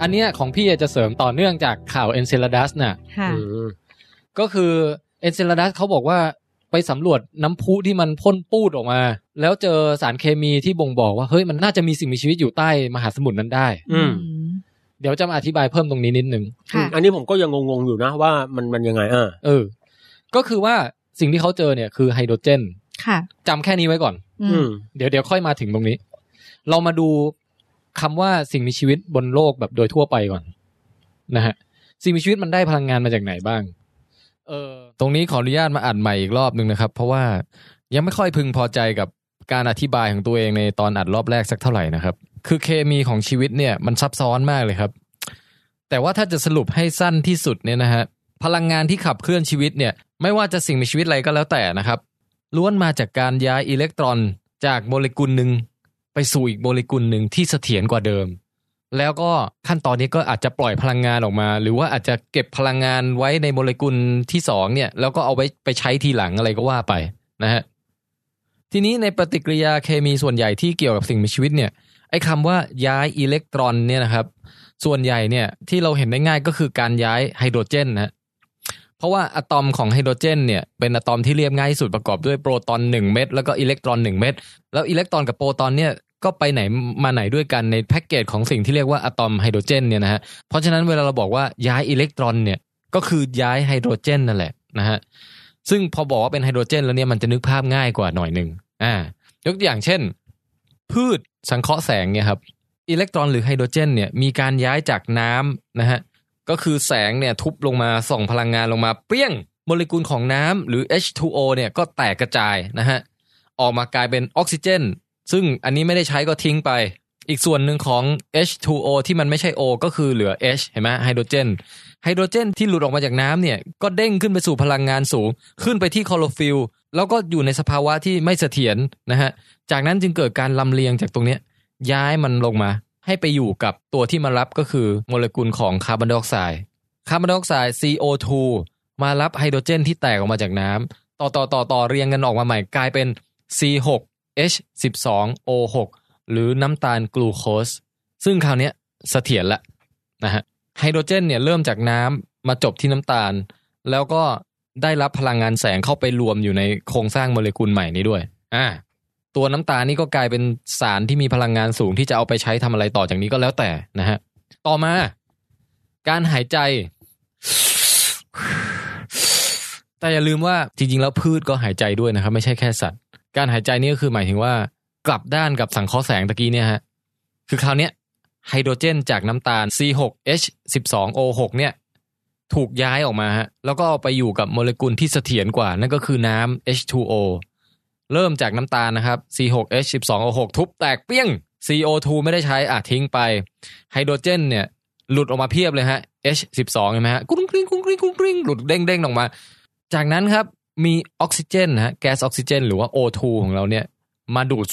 อันเนี้ยของพี่จะเสริมต่อเนื่องจากข่าว Enceladus น่ะก็คือ Enceladus เขาบอกว่าไปสำรวจน้ำพุที่มันพ่นปูดออกมาแล้วเจอสารเคมีที่บ่งบอกว่าเฮ้ยมันน่าจะมีสิ่งมีชีวิตอยู่ใต้มหาสมุทรนั้นได้เดี๋ยวจะมาอธิบายเพิ่มตรงนี้นิดนึงอันนี้ผมก็ยังงงๆอยู่นะว่ามันยังไงก็คือว่าสิ่งที่เขาเจอเนี่ยคือไฮโดรเจนจำแค่นี้ไว้ก่อนเดี๋ยวค่อยมาถึงตรงนี้เรามาดูคำว่าสิ่งมีชีวิตบนโลกแบบโดยทั่วไปก่อนนะฮะสิ่งมีชีวิตมันได้พลังงานมาจากไหนบ้างตรงนี้ขออนุญาตมาอ่านใหม่อีกรอบนึงนะครับเพราะว่ายังไม่ค่อยพึงพอใจกับการอธิบายของตัวเองในตอนอัดรอบแรกสักเท่าไหร่นะครับคือเคมีของชีวิตเนี่ยมันซับซ้อนมากเลยครับแต่ว่าถ้าจะสรุปให้สั้นที่สุดเนี่ยนะฮะพลังงานที่ขับเคลื่อนชีวิตเนี่ยไม่ว่าจะสิ่งมีชีวิตอะไรก็แล้วแต่นะครับล้วนมาจากการย้ายอิเล็กตรอนจากโมเลกุลนึงไปสู่อีกโมเลกุลนึงที่เสถียรกว่าเดิมแล้วก็ขั้นตอนนี้ก็อาจจะปล่อยพลังงานออกมาหรือว่าอาจจะเก็บพลังงานไว้ในโมเลกุลที่2เนี่ยแล้วก็เอาไว้ไปใช้ทีหลังอะไรก็ว่าไปนะฮะทีนี้ในปฏิกิริยาเคมีส่วนใหญ่ที่เกี่ยวกับสิ่งมีชีวิตเนี่ยไอ้คำว่าย้ายอิเล็กตรอนเนี่ยนะครับส่วนใหญ่เนี่ยที่เราเห็นได้ง่ายก็คือการย้ายไฮโดรเจนนะเพราะว่าอะตอมของไฮโดรเจนเนี่ยเป็นอะตอมที่เรียบง่ายที่สุดประกอบด้วยโปรตอน1เม็ดแล้วก็อิเล็กตรอน1เม็ดแล้วอิเล็กตรอนกับโปรตอนเนี่ยก็ไปไหนมาไหนด้วยกันในแพ็กเกจของสิ่งที่เรียกว่าอะตอมไฮโดรเจนเนี่ยนะฮะเพราะฉะนั้นเวลาเราบอกว่าย้ายอิเล็กตรอนเนี่ยก็คือย้ายไฮโดรเจนนั่นแหละนะฮะซึ่งพอบอกว่าเป็นไฮโดรเจนแล้วเนี่ยมันจะนึกภาพง่ายกว่าหน่อยนึงยกตัวอย่างเช่นพืชสังเคราะห์แสงเนี่ยครับอิเล็กตรอนหรือไฮโดรเจนเนี่ยมีการย้ายจากน้ำนะฮะก็คือแสงเนี่ยทุบลงมาส่งพลังงานลงมาเปรี้ยงโมเลกุลของน้ำหรือ H2O เนี่ยก็แตกกระจายนะฮะออกมากลายเป็นออกซิเจนซึ่งอันนี้ไม่ได้ใช้ก็ทิ้งไปอีกส่วนหนึ่งของ H2O ที่มันไม่ใช่ O ก็คือเหลือ H เห็นไหมไฮโดรเจนที่หลุดออกมาจากน้ำเนี่ยก็เด้งขึ้นไปสู่พลังงานสูงขึ้นไปที่คลอโรฟิลล์แล้วก็อยู่ในสภาวะที่ไม่เสถียรนะฮะจากนั้นจึงเกิดการลำเลียงจากตรงนี้ย้ายมันลงมาให้ไปอยู่กับตัวที่มารับก็คือโมเลกุลของคาร์บอนไดออกไซด์ CO2 มารับไฮโดรเจนที่แตกออกมาจากน้ำต่อเรียงกันออกมาใหม่กลายเป็น C6H12O6 หรือน้ำตาลกลูโคสซึ่งคราวนี้เสถียรละนะฮะไฮโดรเจนเนี่ยเริ่มจากน้ำมาจบที่น้ำตาลแล้วก็ได้รับพลังงานแสงเข้าไปรวมอยู่ในโครงสร้างโมเลกุลใหม่นี้ด้วยตัวน้ำตาลนี่ก็กลายเป็นสารที่มีพลังงานสูงที่จะเอาไปใช้ทำอะไรต่อจากนี้ก็แล้วแต่นะฮะต่อมาการหายใจแต่อย่าลืมว่าจริงๆแล้วพืชก็หายใจด้วยนะครับไม่ใช่แค่สัตว์การหายใจนี่ก็คือหมายถึงว่ากลับด้านกับสังเคราะห์แสงตะกี้เนี่ยฮะคือคราวนี้ไฮโดรเจนจากน้ำตาล C6H12O6 เนี่ยถูกย้ายออกมาฮะแล้วก็เอาไปอยู่กับโมเลกุลที่เสถียรกว่านั่นก็คือน้ำ H2O เริ่มจากน้ำตาลนะครับ C6H12O6 ทุบแตกเปี้ยง CO2 ไม่ได้ใช้ทิ้งไปไฮโดรเจนเนี่ยหลุดออกมาเพียบเลยฮะ H12 เห็นไหมฮะกุ้งกริ้งหลุดเด้งออกมาจากนั้นครับมีออกซิเจนฮะแก๊สออกซิเจนหรือว่า O2 ของเราเนี่ยมาดูด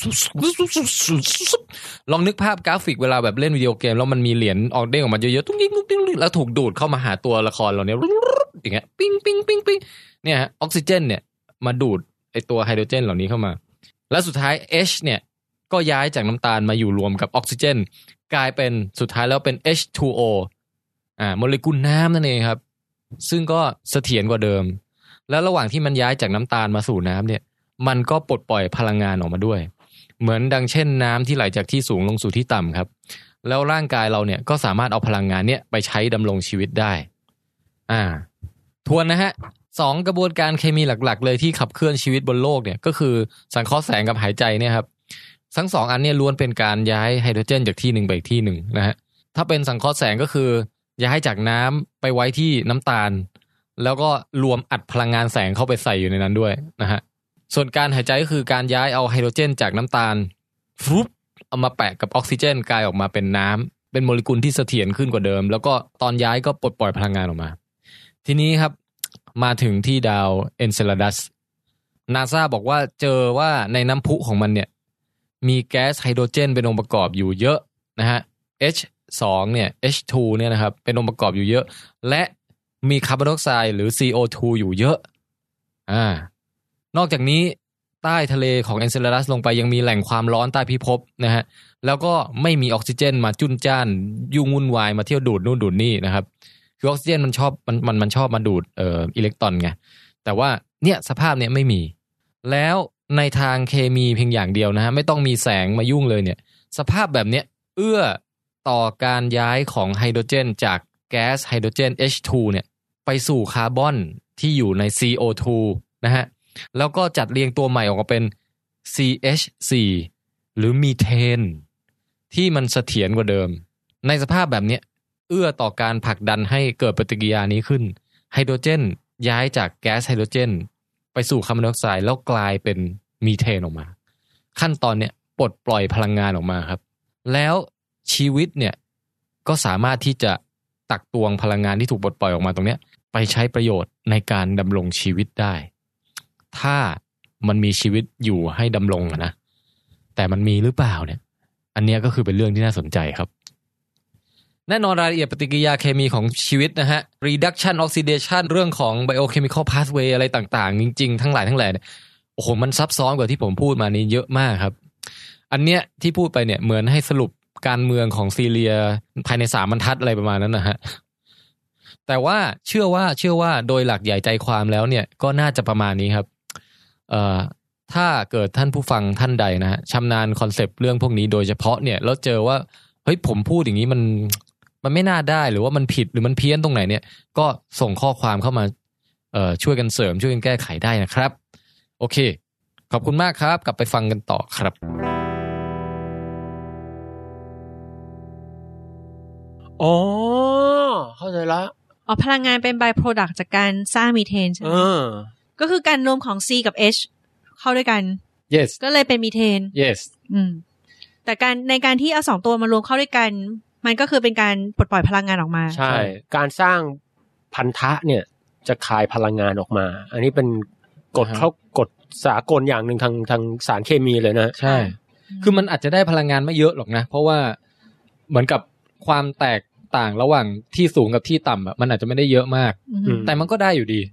ลองนึกภาพกราฟิกเวลาแบบเล่นวิดีโอเกมแล้วมันมีเหรียญออกเด้งออกมาเยอะๆตุ้งยิงแล้วถูกดูดเข้ามาหาตัวละครเราเนี่ยอย่างเงี้ยปิ้งเนี่ยฮะออกซิเจนเนี่ยมาดูดไอตัวไฮโดรเจนเหล่านี้เข้ามาแล้วสุดท้าย H เนี่ยก็ย้ายจากน้ำตาลมาอยู่รวมกับออกซิเจนกลายเป็นสุดท้ายแล้วเป็น H2O โมเลกุลน้ำนั่นเองครับซึ่งก็เสถียรกว่าเดิมแล้วระหว่างที่มันย้ายจากน้ำตาลมาสู่น้ำเนี่ยมันก็ปลดปล่อยพลังงานออกมาด้วยเหมือนดังเช่นน้ำที่ไหลจากที่สูงลงสู่ที่ต่ำครับแล้วร่างกายเราเนี่ยก็สามารถเอาพลังงานเนี่ยไปใช้ดำรงชีวิตได้ทวนนะฮะ2กระบวนการเคมีหลักๆเลยที่ขับเคลื่อนชีวิตบนโลกเนี่ยก็คือสังเคราะห์แสงกับหายใจเนี่ยครับทั้ง2อันเนี่ยล้วนเป็นการย้ายไฮโดรเจนจากที่หนึ่งไปอีกที่หนึ่งนะฮะถ้าเป็นสังเคราะห์แสงก็คือย้ายจากน้ำไปไว้ที่น้ำตาลแล้วก็รวมอัดพลังงานแสงเข้าไปใส่อยู่ในนั้นด้วยนะฮะส่วนการหายใจก็คือการย้ายเอาไฮโดรเจนจากน้ำตาลฟุบเอามาแปะกับออกซิเจนกลายออกมาเป็นน้ำเป็นโมเลกุลที่เสถียรขึ้นกว่าเดิมแล้วก็ตอนย้ายก็ปลดปล่อยพลังงานออกมาทีนี้ครับมาถึงที่ดาว Enceladus NASA บอกว่าเจอว่าในน้ำพุของมันเนี่ยมีแก๊สไฮโดรเจนเป็นองค์ประกอบอยู่เยอะนะฮะ H2 เนี่ย H2 เนี่ยนะครับเป็นองค์ประกอบอยู่เยอะและมีคาร์บอนไดออกไซด์หรือ CO2 อยู่เยอะนอกจากนี้ใต้ทะเลของเอนเซลาดัสลงไปยังมีแหล่งความร้อนใต้พิภพนะฮะแล้วก็ไม่มีออกซิเจนมาจุนจ้านยุ่งวุ่นวายมาเที่ยวดูดนู่นดูดนี่นะครับคือออกซิเจนมันชอบมันชอบมาดูดอิเล็กตรอนไงแต่ว่าเนี่ยสภาพเนี่ยไม่มีแล้วในทางเคมีเพียงอย่างเดียวนะฮะไม่ต้องมีแสงมายุ่งเลยเนี่ยสภาพแบบเนี้ยเอื้อต่อการย้ายของไฮโดรเจนจากแก๊สไฮโดรเจน H2 เนี่ยไปสู่คาร์บอนที่อยู่ใน CO2 นะฮะแล้วก็จัดเรียงตัวใหม่ออกมาเป็น CH4 หรือมีเทนที่มันเสถียรกว่าเดิมในสภาพแบบนี้เอื้อต่อการผลักดันให้เกิดปฏิกิริยานี้ขึ้นไฮโดรเจนย้ายจากแก๊สไฮโดรเจนไปสู่คาร์บอนไดออกไซด์แล้วกลายเป็นมีเทนออกมาขั้นตอนเนี้ยปลดปล่อยพลังงานออกมาครับแล้วชีวิตเนี่ยก็สามารถที่จะตักตวงพลังงานที่ถูกปลดปล่อยออกมาตรงเนี้ยไปใช้ประโยชน์ในการดำรงชีวิตได้ถ้ามันมีชีวิตอยู่ให้ดำรงนะแต่มันมีหรือเปล่าเนี่ยอันนี้ก็คือเป็นเรื่องที่น่าสนใจครับแน่นอนรายละเอียดปฏิกิริยาเคมีของชีวิตนะฮะ reduction oxidation เรื่องของ biochemical pathway อะไรต่างๆจริงๆทั้งหลายเนี่ยโอ้โหมันซับซ้อนกว่าที่ผมพูดมานี้เยอะมากครับอันเนี้ยที่พูดไปเนี่ยเหมือนให้สรุปการเมืองของซีเรียภายใน3บรรทัดอะไรประมาณนั้นนะฮะแต่ว่าเชื่อว่าโดยหลักใหญ่ใจความแล้วเนี่ยก็น่าจะประมาณนี้ครับถ้าเกิดท่านผู้ฟังท่านใดนะฮะชำนาญคอนเซปต์เรื่องพวกนี้โดยเฉพาะเนี่ยแล้วเจอว่าเฮ้ยผมพูดอย่างนี้มันไม่น่าได้หรือว่ามันผิดหรือมันเพี้ยนตรงไหนเนี่ยก็ส่งข้อความเข้ามาช่วยกันเสริมช่วยกันแก้ไขได้นะครับโอเคขอบคุณมากครับกลับไปฟังกันต่อครับอ๋อเข้าใจละพลังงานเป็น by product จากการสร้างมีเทนใช่ไหมก็คือการรวมของ C กับ H เข้าด้วยกัน yes ก็เลยเป็นมีเทน yes แต่ในการที่เอา2ตัวมารวมเข้าด้วยกันมันก็คือเป็นการปลดปล่อยพลังงานออกมาใช่การสร้างพันธะเนี่ยจะคายพลังงานออกมาอันนี้เป็นกฎสากลอย่างนึงทางสารเคมีเลยนะใช่คือมันอาจจะได้พลังงานไม่เยอะหรอกนะเพราะว่าเหมือนกับความแตกต่างระหว่างที่สูงกับที่ต่ำอ่ะมันอาจจะไม่ได้เยอะมากแต่มันก็ได้อยู่ดี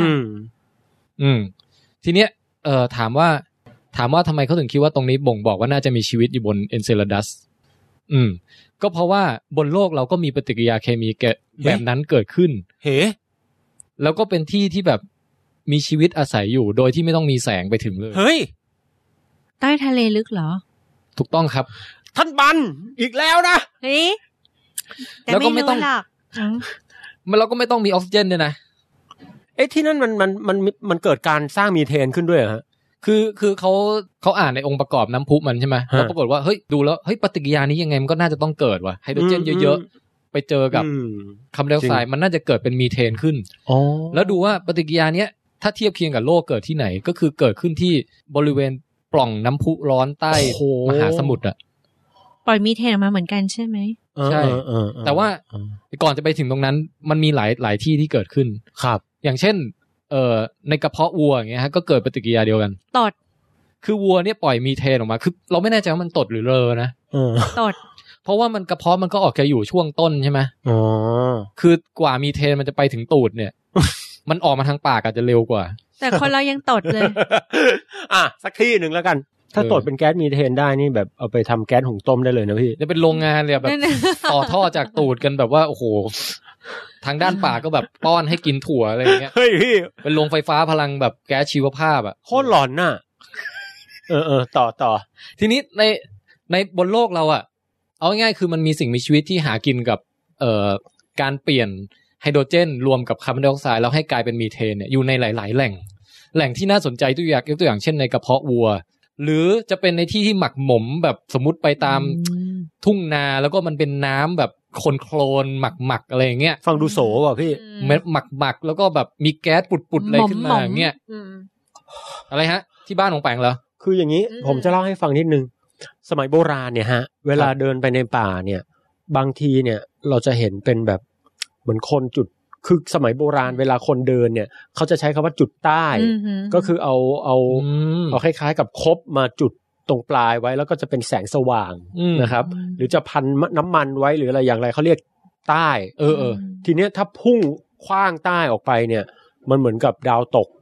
ทีเนี้ยถามว่าทำไมเขาถึงคิดว่าตรงนี้บ่งบอกว่าน่าจะมีชีวิตอยู่บนเอนเซลาดัสก็เพราะว่าบนโลกเราก็มีปฏิกิริยาเคมีแบบนั้นเกิดขึ้นแล้วก็เป็นที่ที่แบบมีชีวิตอาศัยอยู่โดยที่ไม่ต้องมีแสงไปถึงเลยเฮ้ยใต้ทะเลลึกเหรอถูกต้องครับท่านบันอีกแล้วนะเฮ้ยแล้วก็ไม่ต้องเราก็ไม่ต้องมีออกซิเจนด้วยนะที่นั่นมันเกิดการสร้างมีเทนขึ้นด้วยเหรอฮะคือเขาอ่านในองค์ประกอบน้ำพุมันใช่ไหมแล้วปรากฏว่าเฮ้ยดูแล้วเฮ้ยปฏิกิริยานี้ยังไงมันก็น่าจะต้องเกิดว่ะไฮโดรเจนเยอะๆไปเจอกับคาร์บอนไดออกไซด์มันน่าจะเกิดเป็นมีเทนขึ้นแล้วดูว่าปฏิกิริยาเนี้ยถ้าเทียบเคียงกับโลกเกิดที่ไหนก็คือเกิดขึ้นที่บริเวณปล่องน้ำพุร้อนใต้มหาสมุทรอ่ะปล่อยมีเทนออกมาเหมือนกันใช่ไหมใช่แต่ว่าก่อนจะไปถึงตรงนั้นมันมีหลายที่ที่เกิดขึ้นครับอย่างเช่นในกระเพาะวัวอย่างเงี้ยฮะก็เกิดปฏิกิริยาเดียวกันตดคือวัวเนี่ยปล่อยมีเทนออกมาคือเราไม่แน่ใจว่ามันตดหรือเรอนะตดเพราะว่ามันกระเพาะมันก็ออกแค่อยู่ช่วงต้นใช่ไหมคือกว่ามีเทนมันจะไปถึงตูดเนี่ย มันออกมาทางปากอาจจะเร็วกว่าแต่คนเรายังตดเลยสักที่หนึ่งแล้วกันถ้าตดเป็นแก๊สมีเทนได้นี่แบบเอาไปทำแก๊สหุงต้มได้เลยนะพี่จะเป็นโรงงานเลยแบบต่อท่อจากตูดกันแบบว่าโอ้โหทางด้านปากก็แบบป้อนให้กินถั่วอะไรอย่างเงี้ยเฮ้ยพี่เป็นโรงไฟฟ้าพลังแบบแก๊สชีวภาพอ่ะโคตรหลอนน่ะต่อทีนี้ในบนโลกเราอ่ะเอาง่ายๆคือมันมีสิ่งมีชีวิตที่หากินกับการเปลี่ยนไฮโดรเจนรวมกับคาร์บอนไดออกไซด์แล้วให้กลายเป็นมีเทนเนี่ยอยู่ในหลายๆแหล่งที่น่าสนใจยกตัวอย่างเช่นในกระเพาะวัวหรือจะเป็นในที่ที่หมักหมมแบบสมมุติไปตามทุ่งนาแล้วก็มันเป็นน้ำแบบโคลนหมักอะไรอย่างเงี้ยฟังดูโสว่ะพี่หมักแล้วก็แบบมีแก๊สปุดๆอะไรขึ้นมาอย่างเงี้ยอะไรฮะที่บ้านของแปงเหรอคืออย่างนี้ผมจะเล่าให้ฟังนิดนึงสมัยโบราณเนี่ยฮะเวลาเดินไปในป่าเนี่ยบางทีเนี่ยเราจะเห็นเป็นแบบเหมือนคนจุดคือสมัยโบราณเวลาคนเดินเนี่ยเขาจะใช้คำว่าจุดใต้ก็คือเอาคล้ายๆกับคบมาจุดตรงปลายไว้แล้วก็จะเป็นแสงสว่างนะครับหรือจะพันน้ำมันไว้หรืออะไรอย่างไรเขาเรียกใต้ทีเนี้ยถ้าพุ่งคว้างใต้ออกไปเนี่ยมันเหมือนกับดาวตก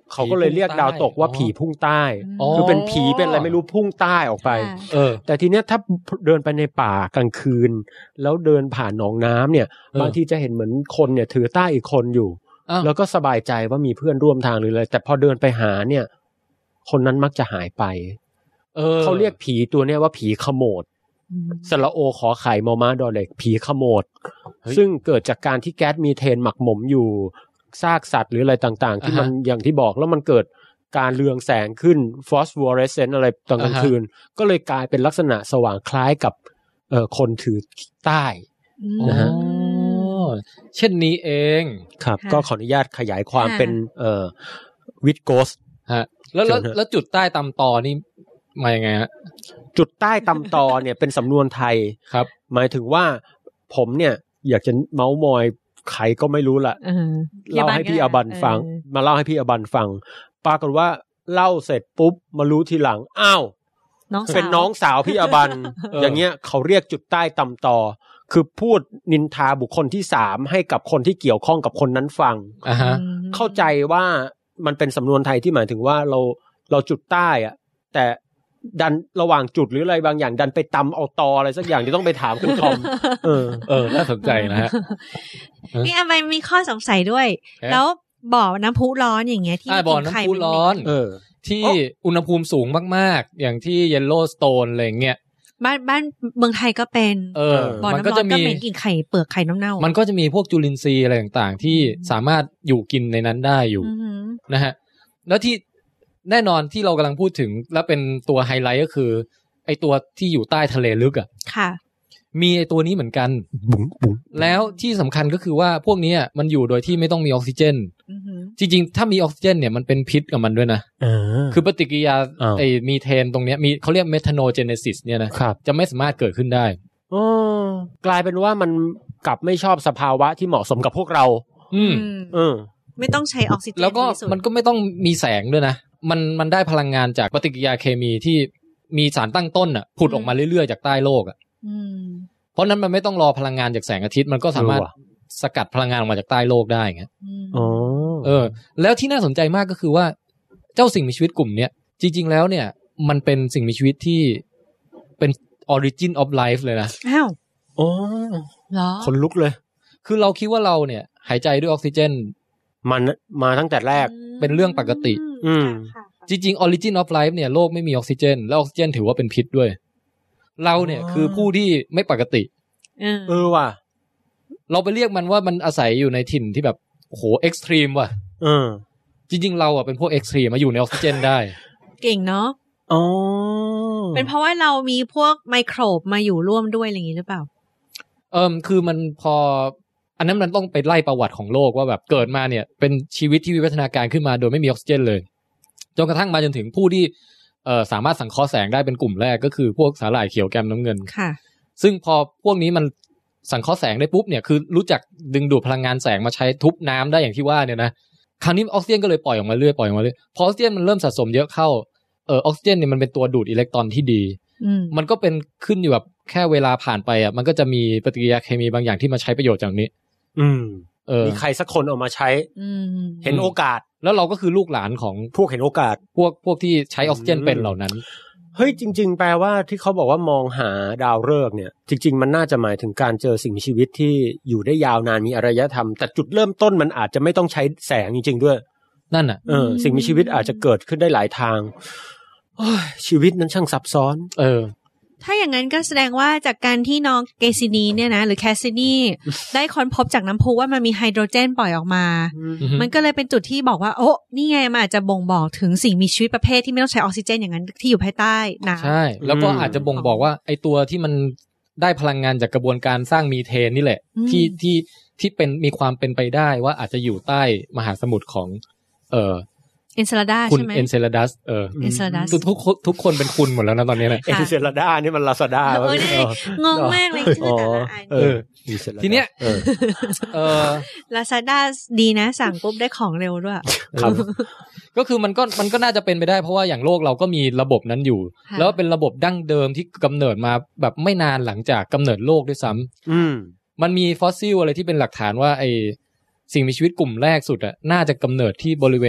เขาก็เลยเรียกดาวตกว่าผีพุ่งใต้คือเป็นผีเป็นอะไรไม่รู้พุ่งใต้ออกไปแต่ทีเนี้ยถ้าเดินไปในป่ากลางคืนแล้วเดินผ่านหนองน้ำเนี่ยบางทีจะเห็นเหมือนคนเนี่ยถือใต้อีกคนอยู่แล้วก็สบายใจว่ามีเพื่อนร่วมทางหรืออะไรแต่พอเดินไปหาเนี่ยคนนั้นมักจะหายไปเขาเรียกผีตัวเนี้ยว่าผีขโมดสระโอขอไข่มอม้าดอเด็กผีขโมดซึ่งเกิดจากการที่แก๊สมีเทนหมักหมมอยู่ซากสัตว์หรืออะไรต่างๆที่มันอย่างที่บอกแล้วมันเกิดการเรืองแสงขึ้นฟอสฟอเรสเซนต์อะไรตอนกลางคืนก็เลยกลายเป็นลักษณะสว่างคล้ายกับคนถือใต้นะฮะเช่นนี้เองครับก็ขออนุญาตขยายความเป็นวิดโกสฮะแล้วจุดใต้ตำตอนี่มายังไงฮะจุดใต้ตำตอเนี่ยเป็นสำนวนไทยครับหมายถึงว่าผมเนี่ยอยากจะเม้ามอยใครก็ไม่รู้ละเล่าให้พี่อบันฟังมาเล่าให้พี่อบันฟังปรากฏว่าเล่าเสร็จปุ๊บมารู้ทีหลังอ้าวเป็นน้องสาวพี่อบัน อย่างเงี้ยเขาเรียกจุดใต้ตำตอคือพูดนินทาบุคคลที่3ให้กับคนที่เกี่ยวข้องกับคนนั้นฟังเข้าใจว่ามันเป็นสำนวนไทยที่หมายถึงว่าเราจุดใต้อะแต่ดันระหว่างจุดหรืออะไรบางอย่างดันไปตำเอาตออะไรสักอย่างที่ต้องไปถามคุณทอมน่าสนใจนะฮะนี่อะไรมีข้อสงสัยด้วยแล้วบ่อน้ำพุร้อนอย่างเงี้ยที่บ่อน้ำพุร้อนที่อุณหภูมิสูงมากๆอย่างที่เยลโลสโตนอะไรเงี้ยบ้านเมืองไทยก็เป็นบ่อน้ำร้อนก็เป็นกินไข่เปลือกไข่น้ำเน่ามันก็จะมีพวกจุลินทรีย์อะไรต่างๆที่สามารถอยู่กินในนั้นได้อยู่นะฮะแล้วที่แน่นอนที่เรากำลังพูดถึงและเป็นตัวไฮไลท์ก็คือไอตัวที่อยู่ใต้ทะเลลึกอ่ะค่ะมีไอตัวนี้เหมือนกันแล้วที่สำคัญก็คือว่าพวกนี้มันอยู่โดยที่ไม่ต้องมีออกซิเจนจริงๆถ้ามีออกซิเจนเนี่ยมันเป็นพิษกับมันด้วยนะคือปฏิกิริยาไอมีเทนตรงเนี้ยมีเขาเรียกเมทานอลเจเนซิสเนี่ยนะจะไม่สามารถเกิดขึ้นได้กลายเป็นว่ามันกลับไม่ชอบสภาวะที่เหมาะสมกับพวกเราไม่ต้องใช้ออกซิเจนแล้วก็มันก็ไม่ต้องมีแสงด้วยนะมันได้พลังงานจากปฏิกิริยาเคมีที่มีสารตั้งต้นอ่ะผุดออกมาเรื่อยๆจากใต้โลกอ่ะเพราะนั้นมันไม่ต้องรอพลังงานจากแสงอาทิตย์มันก็สามารถสกัดพลังงานออกมาจากใต้โลกได้ไงแล้วที่น่าสนใจมากก็คือว่าเจ้าสิ่งมีชีวิตกลุ่มเนี้ยจริงๆแล้วเนี่ยมันเป็นสิ่งมีชีวิตที่เป็น origin of life เลยนะอ้าวเหรอคนลุกเลยคือเราคิดว่าเราเนี่ยหายใจด้วยออกซิเจนมันมาตั้งแต่แรกเป็นเรื่องปกติจริงๆ origin of life เนี่ยโลกไม่มีออกซิเจนแล้วออกซิเจนถือว่าเป็นพิษด้วยเราเนี่ยคือผู้ที่ไม่ปกติว่ะเราไปเรียกมันว่ามันอาศัยอยู่ในถิ่นที่แบบโอ้โหเอ็กซ์ตรีมว่ะจริงๆเราอ่ะเป็นพวกเอ็กซ์ตรีมมาอยู่ในออกซิเจนได้เก่งเนาะเป็นเพราะว่าเรามีพวกไมโครบมาอยู่ร่วมด้วยอะไรอย่างนี้หรือเปล่าคือมันพออันนั้นมันต้องไปไล่ประวัติของโลกว่าแบบเกิดมาเนี่ยเป็นชีวิตที่วิวัฒนาการขึ้นมาโดยไม่มีออกซิเจนเลยจนกระทั่งมาจนถึงผู้ที่สามารถสังเคราะห์แสงได้เป็นกลุ่มแรกก็คือพวกสาหร่ายเขียวแกมน้ำเงินค่ะซึ่งพอพวกนี้มันสังเคราะห์แสงได้ปุ๊บเนี่ยคือรู้จักดึงดูดพลังงานแสงมาใช้ทุบน้ำได้อย่างที่ว่าเนี่ยนะคราวนี้ออกซิเจนก็เลยปล่อยออกมาเรื่อยพอออกซิเจนมันเริ่มสะสมเยอะเข้าออกซิเจนเนี่ยมันเป็นตัวดูดอิเล็กตรอนที่ดีมันก็เป็นขึ้นอยู่แบบแค่เวลาผ่านไปอ่ะมันก็จะมีปฏิกิริยาเคมีบางอย่างที่มาใช้ประโยชน์จากนี้มีใครสักคนออกมาใช้เห็นโอกาสแล้วเราก็คือลูกหลานของพวกเห็นโอกาสพวกที่ใช้ออกซิเจนเป็นเหล่านั้นเฮ้ยจริงๆแปลว่าที่เขาบอกว่ามองหาดาวฤกษ์เนี่ยจริงๆมันน่าจะหมายถึงการเจอสิ่งมีชีวิตที่อยู่ได้ยาวนานมีอารยธรรมแต่จุดเริ่มต้นมันอาจจะไม่ต้องใช้แสงจริงๆด้วยนั่นน่ะสิ่งมีชีวิตอาจจะเกิดขึ้นได้หลายทางชีวิตนั้นช่างซับซ้อนถ้าอย่างนั้นก็แสดงว่าจากการที่น้องเกซินีเนี่ยนะหรือแคสซินีได้ค้นพบจากน้ำพุว่ามันมีไฮโดรเจนปล่อยออกมามันก็เลยเป็นจุดที่บอกว่าโอ้นี่ไงมันอาจจะบ่งบอกถึงสิ่งมีชีวิตประเภทที่ไม่ต้องใช้ออกซิเจนอย่างนั้นที่อยู่ภายใต้น้ำใช่แล้วก็อาจจะบ่งบอกว่าไอตัวที่มันได้พลังงานจากกระบวนการสร้างมีเทนนี่แหละที่เป็นมีความเป็นไปได้ว่าอาจจะอยู่ใต้มหาสมุทรของเอนเซลาดาใช่ไหมเอนเซลาดัสเอนเซลาดัสทุกคนเป็นคุณหมดแล้วนะตอนนี้นะเอนเซลาดานี่มันลาซาด้างงมากเลยชื่อแต่ละอันทีเนี้ยลาซาด้าดีนะสั่งปุ๊บได้ของเร็วด้วยก็คือมันก็น่าจะเป็นไปได้เพราะว่าอย่างโลกเราก็มีระบบนั้นอยู่แล้วเป็นระบบดั้งเดิมที่กำเนิดมาแบบไม่นานหลังจากกำเนิดโลกด้วยซ้ำมันมีฟอสซิลอะไรที่เป็นหลักฐานว่าไอสิ่งมีชีวิตกลุ่มแรกสุดอ่ะน่าจะกำเนิดที่บริเวณ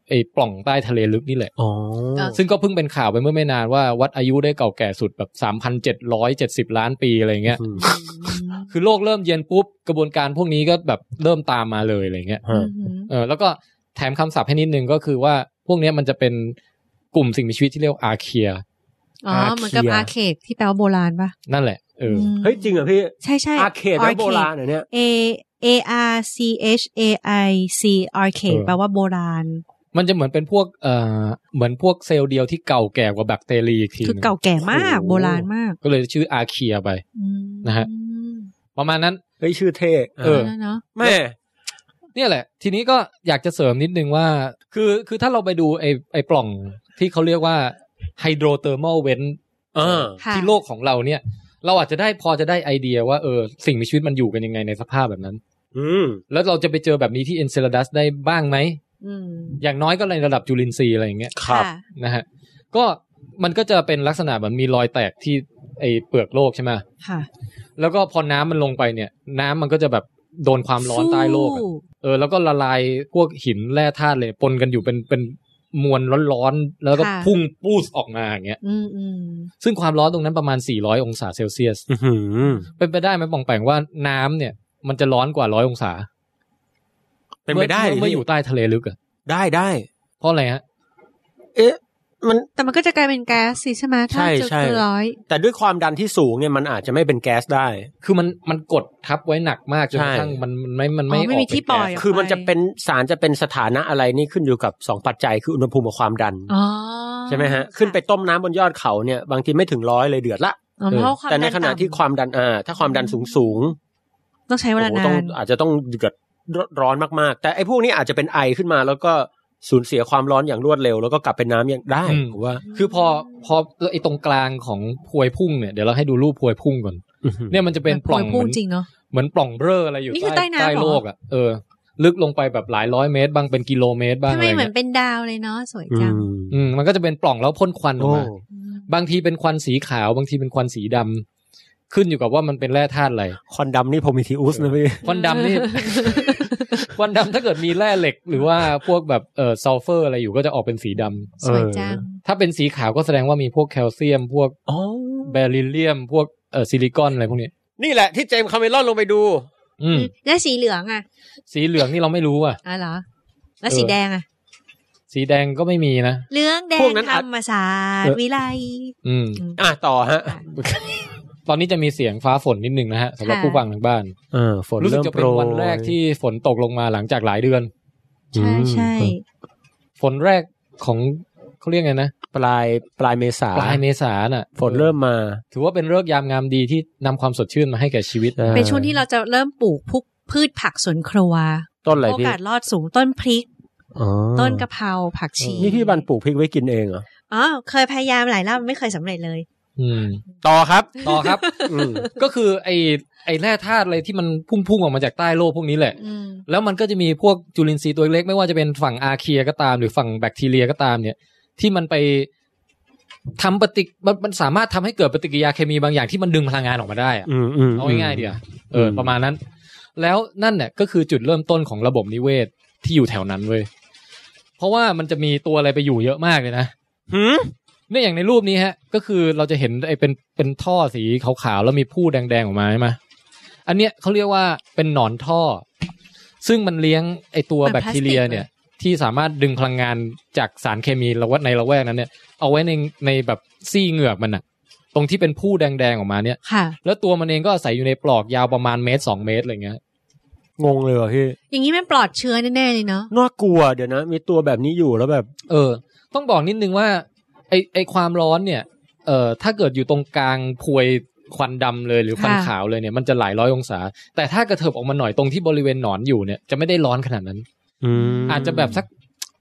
ไอ้ปล่องใต้ทะเลลึกนี่แหละอ๋อซึ่งก็เพิ่งเป็นข่าวไปเมื่อไม่นานว่าวัดอายุได้เก่าแก่สุดแบบ 3,770 ล้านปีอะไรเงี้ยคือโลกเริ่มเย็นปุ๊บกระบวนการพวกนี้ก็แบบเริ่มตามมาเลยอะไรเงี้ยแล้วก็แถมคำศัพท์ให้นิดนึงก็คือว่าพวกนี้มันจะเป็นกลุ่มสิ่งมีชีวิตที่เรียกอาร์เคียเหมือนกับอาร์เคดที่แปลว่าโบราณป่ะนั่นแหละเฮ้ยจริงเหรอพี่ใช่อาร์เคดแปลว่าโบราณเหรอเนี่ย ARCHAIC arcade แปลว่าโบราณมันจะเหมือนเป็นพวกเหมือนพวกเซลล์เดียวที่เก่าแก่กว่าแบคทีเรียอีกทีคือเก่าแก่มากโบราณมากก็เลยชื่ออาร์เคียไปนะฮะประมาณนั้นเฮ้ยชื่อเท่แม่เนี่ยแหละทีนี้ก็อยากจะเสริมนิดนึงว่าคือถ้าเราไปดูไอ้ปล่องที่เขาเรียกว่าไฮโดรเทอร์มัลเวนต์ที่โลกของเราเนี่ยเราอาจจะได้พอจะได้ไอเดียว่าสิ่งมีชีวิตมันอยู่กันยังไงในสภาพแบบนั้นแล้วเราจะไปเจอแบบนี้ที่เอนเซลาดัสได้บ้างไหมอย่างน้อยก็ในระดับจุลินทรีย์อะไรอย่างเงี้ยครับนะฮะก็มันก็จะเป็นลักษณะเหมือนมีรอยแตกที่ไอเปลือกโลกใช่ไหมค่ะแล้วก็พอน้ำมันลงไปเนี่ยน้ำมันก็จะแบบโดนความร้อนใต้โลกแล้วก็ละลายพวกหินแร่ธาตุเลยปนกันอยู่เป็นมวลร้อนๆแล้วก็พุ่งปูดออกมาอย่างเงี้ยซึ่งความร้อนตรงนั้นประมาณ400องศาเซลเซียสเป็นไปได้ไหมปองแปงว่าน้ำเนี่ยมันจะร้อนกว่า100องศาเป็นไปได้เมื่ออยู่ใต้ทะเลลึกอ่ะได้เพราะอะไรฮะแต่มันก็จะกลายเป็นแก๊สสิใช่ไหมถ้าเจอ100 แต่ด้วยความดันที่สูงเนี่ยมันอาจจะไม่เป็นแก๊สได้คือมันกดทับไว้หนักมากจนกระทั่งมันไม่มีที่ปล่อยคือมันจะเป็นสารจะเป็นสถานะอะไรนี่ขึ้นอยู่กับ2ปัจจัยคืออุณหภูมิกับความดันใช่ไหมฮะขึ้นไปต้มน้ำบนยอดเขาเนี่ยบางทีไม่ถึง100เลยเดือดละแต่ในขณะที่ความดันถ้าความดันสูงต้องใช้เวลานานอาจจะต้องเดือดร้อนมากๆแต่ไอ้พวกนี้อาจจะเป็นไอขึ้นมาแล้วก็สูญเสียความร้อนอย่างรวดเร็วแล้วก็กลับเป็นน้ำอย่างได้ผมว่าคือพอไอ้ตรงกลางของพวยพุ่งเนี่ยเดี๋ยวเราให้ดูรูปพวยพุ่งก่อนเนี่ยมันจะเป็นปล่องเหมือนปล่องเบ้ออะไรอยู่ใต้โลกอ่ะลึกลงไปแบบหลายร้อยเมตรบางเป็นกิโลเมตรบ้างอะไรเหมือนเป็นดาวเลยเนาะสวยจังมันก็จะเป็นปล่องแล้วพ่นควันออกมาบางทีเป็นควันสีขาวบางทีเป็นควันสีดำขึ้นอยู่กับว่ามันเป็นแร่ธาตุอะไรควันดำนี่โพมิทิอุสนะพี่ควันดำนี่ควันดำถ้าเกิดมีแร่เหล็กหรือว่าพวกแบบซัลเฟอร์อะไรอยู่ก็จะออกเป็นสีดำสวยจังถ้าเป็นสีขาวก็แสดงว่ามีพวกแคลเซียมพวกเบริเลียมพวกซิลิคอนอะไรพวกนี้นี่แหละที่เจมส์คาเมรอนลงไปดูแล้วสีเหลืองสีเหลืองนี่เราไม่รู้เหรอแล้วสีแดงสีแดงก็ไม่มีนะเหลืองแดงธรรมศาสตร์วิไลต่อฮะตอนนี้จะมีเสียงฟ้าฝนนิดนึงนะฮะสำหรับผู้ฟังทางบ้านฝนรู้สึกจะเป็นวันแรกที่ฝนตกลงมาหลังจากหลายเดือนใช่ฝนแรกของเขาเรียกไงนะปลายเมษาน่ะฝนเริ่มมาถือว่าเป็นฤกษ์ยามงามดีที่นำความสดชื่นมาให้แก่ชีวิตเป็นช่วงที่เราจะเริ่มปลูกพืชผักสวนครัวต้นอะไรพี่โอกาสรอดสูงต้นพริกต้นกะเพราผักชีนี่พี่บันปลูกพริกไว้กินเองเหรอเคยพยายามหลายรอบไม่เคยสำเร็จเลยต่อครับก็คือไอ้แร่ธาตุอะไรที่มันพุ่งออกมาจากใต้โลกพวกนี้แหละแล้วมันก็จะมีพวกจุลินทรีย์ตัวเล็กไม่ว่าจะเป็นฝั่งอาร์เคียก็ตามหรือฝั่งแบคทีเรียก็ตามเนี่ยที่มันไปทำมันสามารถทำให้เกิดปฏิกิริยาเคมีบางอย่างที่มันดึงพลังงานออกมาได้เอาง่ายๆเดียวประมาณนั้นแล้วนั่นเนี่ยก็คือจุดเริ่มต้นของระบบนิเวศที่อยู่แถวนั้นเว้ยเพราะว่ามันจะมีตัวอะไรไปอยู่เยอะมากเลยนะเนี่ยอย่างในรูปนี้ฮะก็คือเราจะเห็นไอ้เป็นท่อสีขาวๆแล้วมีผู้แดงๆออกมาใช่ไหมอันเนี้ยเขาเรียกว่าเป็นหนอนท่อซึ่งมันเลี้ยงไอ้ตัวแบคทีเรียเนี่ยที่สามารถดึงพลังงานจากสารเคมีในละแวกนั้นเนี่ยเอาไว้ในแบบซี่เหงือกมันอะตรงที่เป็นผู้แดงๆออกมาเนี่ยแล้วตัวมันเองก็อาศัยอยู่ในปลอกยาวประมาณ1-2 เมตรอะไรเงี้ยงงเลยว่ะพี่อย่างนี้มันปลอดเชื้อแน่ๆเลยเนาะน่ากลัวเดี๋ยวนะมีตัวแบบนี้อยู่แล้วแบบต้องบอกนิดนึงว่าไอความร้อนเนี่ยถ้าเกิดอยู่ตรงกลางพวยควันดำเลยหรือควันขาวเลยเนี่ยมันจะหลายร้อยองศาแต่ถ้ากระเถิบออกมาหน่อยตรงที่บริเวณหนอนอยู่เนี่ยจะไม่ได้ร้อนขนาดนั้นอาจจะแบบสัก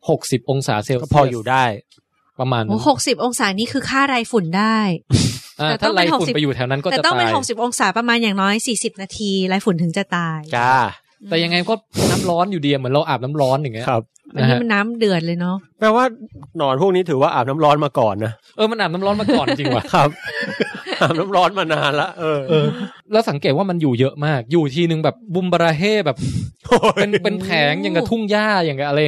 60องศาเซลเซียสพออยู่ได้ประมาณ 60องศานี่คือค่าไรฝุ่นได้แต่ถ้าไรฝุ่นไปอยู่แถวนั้นก็จะตายแต่ต้องเป็น60องศาประมาณอย่างน้อย40นาทีไรฝุ่นถึงจะตายจ้าแต่ยังไงก็น้ำร้อนอยู่ดีเหมือนเราอาบน้ำร้อนอย่างเงี้ยครับอันนี้มันน้ำเดือดเลยเนาะแปลว่าหนอนพวกนี้ถือว่าอาบน้ำร้อนมาก่อนนะมันอาบน้ำร้อนมาก่อนจริงว่ะครับอาบน้ำร้อนมานานละแล้วสังเกตว่ามันอยู่เยอะมากอยู่ทีนึงแบบบุมบาราเฮ่แบบเป็นแผงอย่างกับทุ่งหญ้าอย่างกับอะไรอย่างเงี้ย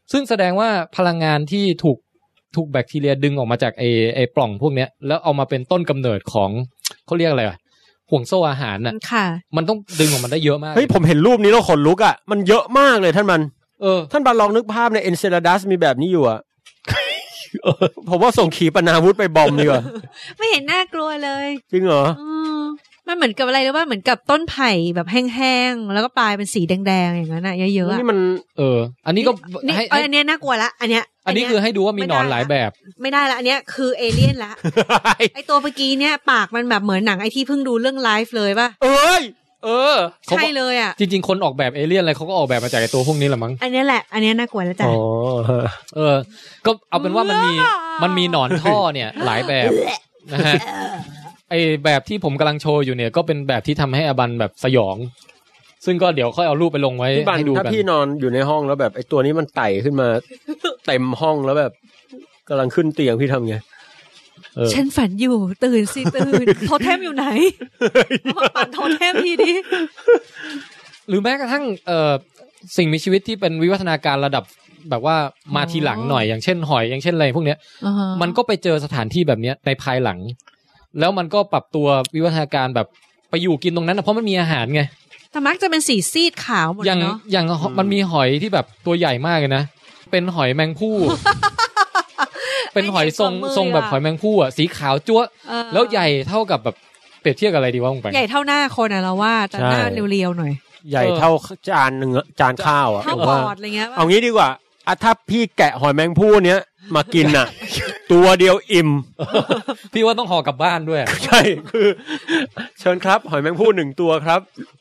ซึ่งแสดงว่าพลังงานที่ถูกแบคทีเรียดึงออกมาจากไอปล่องพวกเนี้ยแล้วเอามาเป็นต้นกำเนิดของเขาเรียกอะไรห่วงโซ่อาหารน่ะมันต้องดึงออกมาได้เยอะมากเฮ้ยผมเห็นรูปนี้แล้วขนลุกอ่ะมันเยอะมากเลยท่านท่านบัลลองนึกภาพในเอนเซลาดัสมีแบบนี้อยู่อ่ะ ผมว่าส่งขีปนาวุธไปบอมดีกว่าไม่เห็นน่ากลัวเลยจริงเหรอมันเหมือนกับอะไรหรือว่าเหมือนกับต้นไผ่แบบแห้งๆแล้วก็ปลายเป็นสีแดงๆอย่างนั้นน่ะเยอะๆนี่มันอันนี้ก็อันนี้น่ากลัวละอันนี้คือให้ดูว่ามีหนอนหลายแบบไม่ได้ละอันนี้คือเอเลี่ยนละ ไอตัวเมื่อกี้เนี่ยปากมันแบบเหมือนหนังไอที่เพิ่งดูเรื่องไลฟ์เลยป่ะใช่เลยอ่ะจริงๆคนออกแบบเอเลี่ยนอะไรเขาก็ออกแบบมาจากไอตัวพวกนี้แหละมั้งอันนี้แหละอันนี้น่ากลัวแล้วจ้ะก็เอาเป็นว่ามันมีหนอนท่อเนี่ยหลายแบบนะฮะไอแบบที่ผมกำลังโชว์อยู่เนี่ยก็เป็นแบบที่ทำให้อบันแบบสยองซึ่งก็เดี๋ยวค่อยเอารูปไปลงไว้ให้ดูกันถ้าพี่นอนอยู่ในห้องแล้วแบบไอตัวนี้มันไต่ขึ้นมาเต็มห้องแล้วแบบกำลังขึ้นเตียงพี่ทำไงฉันฝันอยู่ตื่นสิตื่นโทเทมอยู่ไหนมาปั่นโทเทมทีดิหรือแม้กระทั่งสิ่งมีชีวิตที่เป็นวิวัฒนาการระดับแบบว่ามาทีหลังหน่อยอย่างเช่นหอยอย่างเช่นอะไรพวกเนี้ยมันก็ไปเจอสถานที่แบบเนี้ยในภายหลังแล้วมันก็ปรับตัววิวัฒนาการแบบไปอยู่กินตรงนั้นนะเพราะมันมีอาหารไงแต่มักจะเป็นสีซีดขาวหมดเนาะอย่างมันมีหอยที่แบบตัวใหญ่มากเลยนะเป็นหอยแมงผู้ เป็นหอยทรงแบบหอยแมงผู้อ่ะสีขาวจั๊วแล้วใหญ่เท่ากับแบบเปรียบเทียบกับอะไรดีวะมึงไปใหญ่เท่าหน้าคนอ่ะเราว่าแต่หน้าเรียวๆหน่อยใหญ่เท่าจานนึงจานข้าวอ่ะเท่าปอดอะไรเงี้ยเอางี้ดีกว่าถ้าพี่แกะหอยแมงผู้เนี้ยมากินน่ะ ตัวเดียวอิ่มพี่ว่าต้องห่อกลับบ้านด้วยใช่คือเชิญครับหอยแมงผู้1ตัวครับ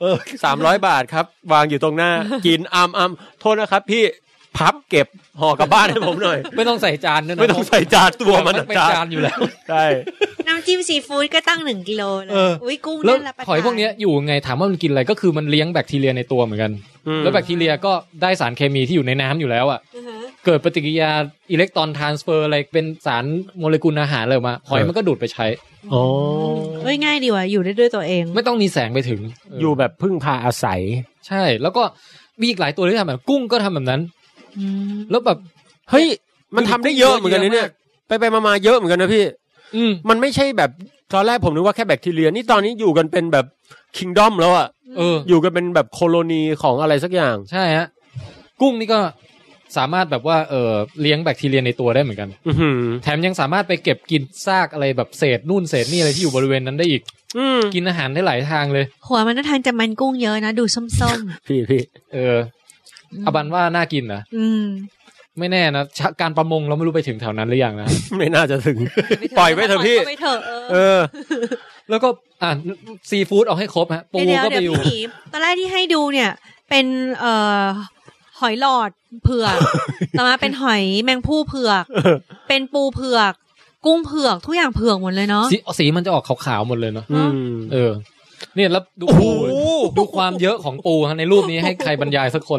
300 บาทครับวางอยู่ตรงหน้ากินโทษนะครับพี่พับเก็บห่อกลับบ้านให้ผมหน่อยไม่ต้องใส่จานด้วยนะไม่ต้องใส่จานตัวมันเป็นจานอยู่แล้วใช่น้ำจิ้มซีฟู้ดก็ตั้ง1 กิโลเลยอุ้ยกุ้งนั่นละหอยพวกนี้อยู่ไงถามว่ามันกินอะไรก็คือมันเลี้ยงแบคทีเรียในตัวเหมือนกันแล้วแบคทีเรียก็ได้สารเคมีที่อยู่ในน้ำอยู่แล้วอ่ะเกิดปฏิกิริยาอิเล็กตรอนทรานสเฟอร์อะไรเป็นสารโมเลกุลอาหารเลยมาหอยมันก็ดูดไปใช้ง่ายดีว่ะอยู่ได้ด้วยตัวเองไม่ต้องมีแสงไปถึงอยู่แบบพึ่งพาอาศัยใช่แล้วก็มีอีกหลายตัวที่ทำแบบกุ้งก็ทำแบบนั้นแล้วแบบเฮ้ยมันทำได้เยอะเหมือนกันนะเนี่ยไปมาเยอะเหมือนกันนะพี่มันไม่ใช่แบบตอนแรกผมนึกว่าแค่แบคทีเรียนี่ตอนนี้อยู่กันเป็นแบบคิงดอมแล้วอ่ะอยู่กันเป็นแบบโคโลนีของอะไรสักอย่างใช่ฮะกุ้งนี่ก็สามารถแบบว่าเลี้ยงแบคทีเรียในตัวได้เหมือนกันแถมยังสามารถไปเก็บกินซากอะไรแบบเศษนู่นเศษนี่อะไรที่อยู่บริเวณนั้นได้อีกกินอาหารได้หลายทางเลยหัวมันน่าทานจะมันกุ้งเยอะนะดูส้มๆพี่อบันว่าน่ากินนะไม่แน่นะการประมงเราไม่รู้ไปถึงแถวนั้นหรือยังนะไม่น่าจะถึงปล่อยไว้เถอะพี่แล้วก็ซีฟู้ดเอาให้ครบฮะปูก็ไปอยู่ตอนแรกที่ให้ดูเนี่ยเป็นหอยหลอดเผือกต่อมาเป็นหอยแมงผู้เผือกเป็นปูเผือกกุ้งเผือกทุกอย่างเผือกหมดเลยเนาะสีมันจะออกขาวๆหมดเลยเนาะเนี่ยแล้วดูความเยอะของปูในรูปนี้ให้ใครบรรยายสักคน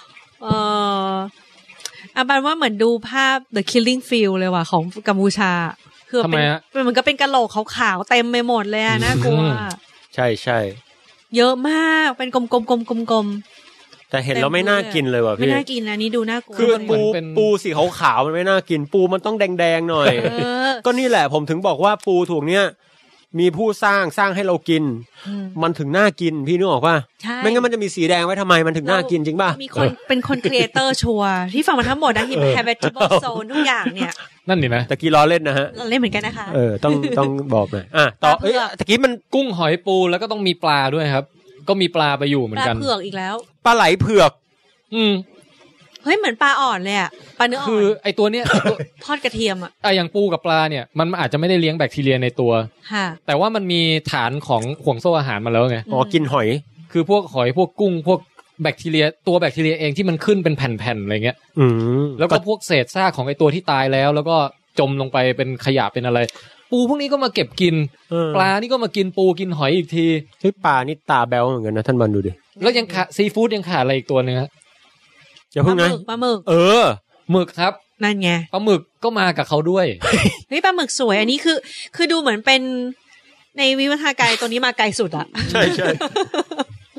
บันว่าเหมือนดูภาพ The Killing Field เลยว่ะของกัมพูชาคือเป็นเหมือนก็เป็นกะโหลกขาวๆเต็มไปหมดเลยอะน่ากลัวใช่เยอะมากเป็นกลมๆแต่เห็นแล้วไม่น่ากินเลยว่ะพี่ไม่น่ากินอันนี้ดูน่ากลัวคือปูสีขาวๆมันไม่น่ากินปูมันต้องแดงๆหน่อยก็นี่แหละผมถึงบอกว่าปูถูกเนี้ยมีผู้สร้างให้เรากินมันถึงน่ากินพี่นึกออกป่ะไม่งั้นมันจะมีสีแดงไว้ทำไมมันถึงน่ากินจริงป่ะมีคนเป็นคนครีเอเตอร์ชัวร์ที่ฟังมาทั้งหมดนะ habitable zone ทุกอย่างเนี่ยนั่นนี่นะตะกี้ล้อเล่นนะฮะเล่นเหมือนกันนะคะต้องบอกหน่อยต่อตะกี้มันกุ้งหอยปูแล้วก็ต้องมีปลาด้วยครับก็มีปลาไปอยู่เหมือนกันปลาเผือกอีกแล้วปลาไหลเผือกเฮ้ยเหมือนปลาอ่อนเลยอ่ะปลาเนื้ออ่อนคือไอตัวเนี้ยทอดกระเทียมอ่ะอย่างปูกับปลาเนี่ยมันอาจจะไม่ได้เลี้ยงแบคทีเรียในตัวแต่ว่ามันมีฐานของห่วงโซ่อาหารมาแล้วไงกินหอยคือพวกหอยพวกกุ้งพวกแบคทีเรียตัวแบคทีเรียเองที่มันขึ้นเป็นแผ่นๆอะไรเงี้ยแล้วก็พวกเศษซากของไอตัวที่ตายแล้วก็จมลงไปเป็นขยะเป็นอะไรปูพวกนี้ก็มาเก็บกินปลานี่ก็มากินปูกินหอยอีกทีปลานี่ตาแบ๊วเหมือนกันนะท่านบันดูดิแล้วยังขาดซีฟู้ดยังขาดอะไรอีกตัวนึงฮะอย่าเพิ่งนะปลาหมึกหมึกครับนั่นไงปลาหมึกก็มากับเขาด้วยเฮ้ยปลาหมึกสวยอันนี้คือดูเหมือนเป็นในวิวัฒนาการตัวนี้มาไกลสุดอ่ะใช่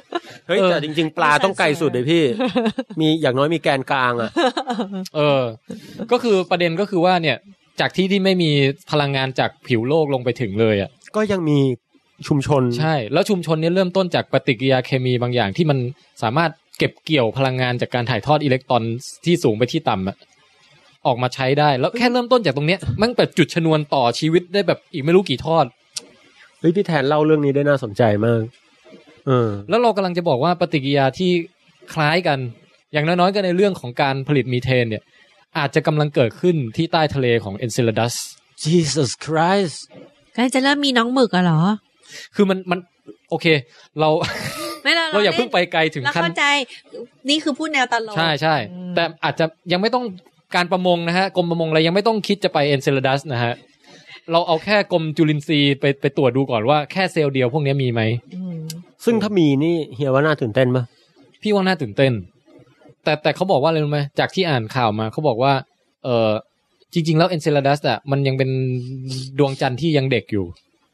เฮ้ยแต่จริงๆปลาต้องไกลสุดเลยพี่มีอย่างน้อยมีแกนกลางอ่ะก็คือประเด็นก็คือว่าเนี่ยจากที่ไม่มีพลังงานจากผิวโลกลงไปถึงเลยอ่ะก็ยังมีชุมชนใช่แล้วชุมชนนี้เริ่มต้นจากปฏิกิริยาเคมีบางอย่างที่มันสามารถเก็บเกี่ยวพลังงานจากการถ่ายทอดอิเล็กตรอนที่สูงไปที่ต่ำอะออกมาใช้ได้แล้วแค่เริ่มต้นจากตรงเนี้ยมันเป็นจุดชนวนต่อชีวิตได้แบบอีกไม่รู้กี่ทอดเฮ้ยพี่แทนเล่าเรื่องนี้ได้น่าสนใจมากแล้วเรากำลังจะบอกว่าปฏิกิริยาที่คล้ายกันอย่างน้อยๆก็ในเรื่องของการผลิตมีเทนเนี่ยอาจจะกำลังเกิดขึ้นที่ใต้ทะเลของ Enceladus Jesus Christ ก็จะเริ่มมีน้องหมึกเหรอคือมันโอเคเราเราอย่าเพิ่งไปไกลถึงขั้นเข้าใจนี่คือพูดแนวตลกใช่ๆแต่อาจจะยังไม่ต้องการประมงนะฮะกรมประมงอะไรยังไม่ต้องคิดจะไป Enceladus นะฮะเราเอาแค่กรมจุลินทรีย์ไปตรวจดูก่อนว่าแค่เซลล์เดียวพวกนี้มีไหมซึ่งถ้ามีนี่เฮียว่าน่าตื่นเต้นป่ะพี่ว่าน่าตื่นเต้นแต่เขาบอกว่าอะไรรู้ไหมจากที่อ่านข่าวมาเขาบอกว่าจริงๆแล้ว Enceladus อ่ะมันยังเป็นดวงจันทร์ที่ยังเด็กอยู่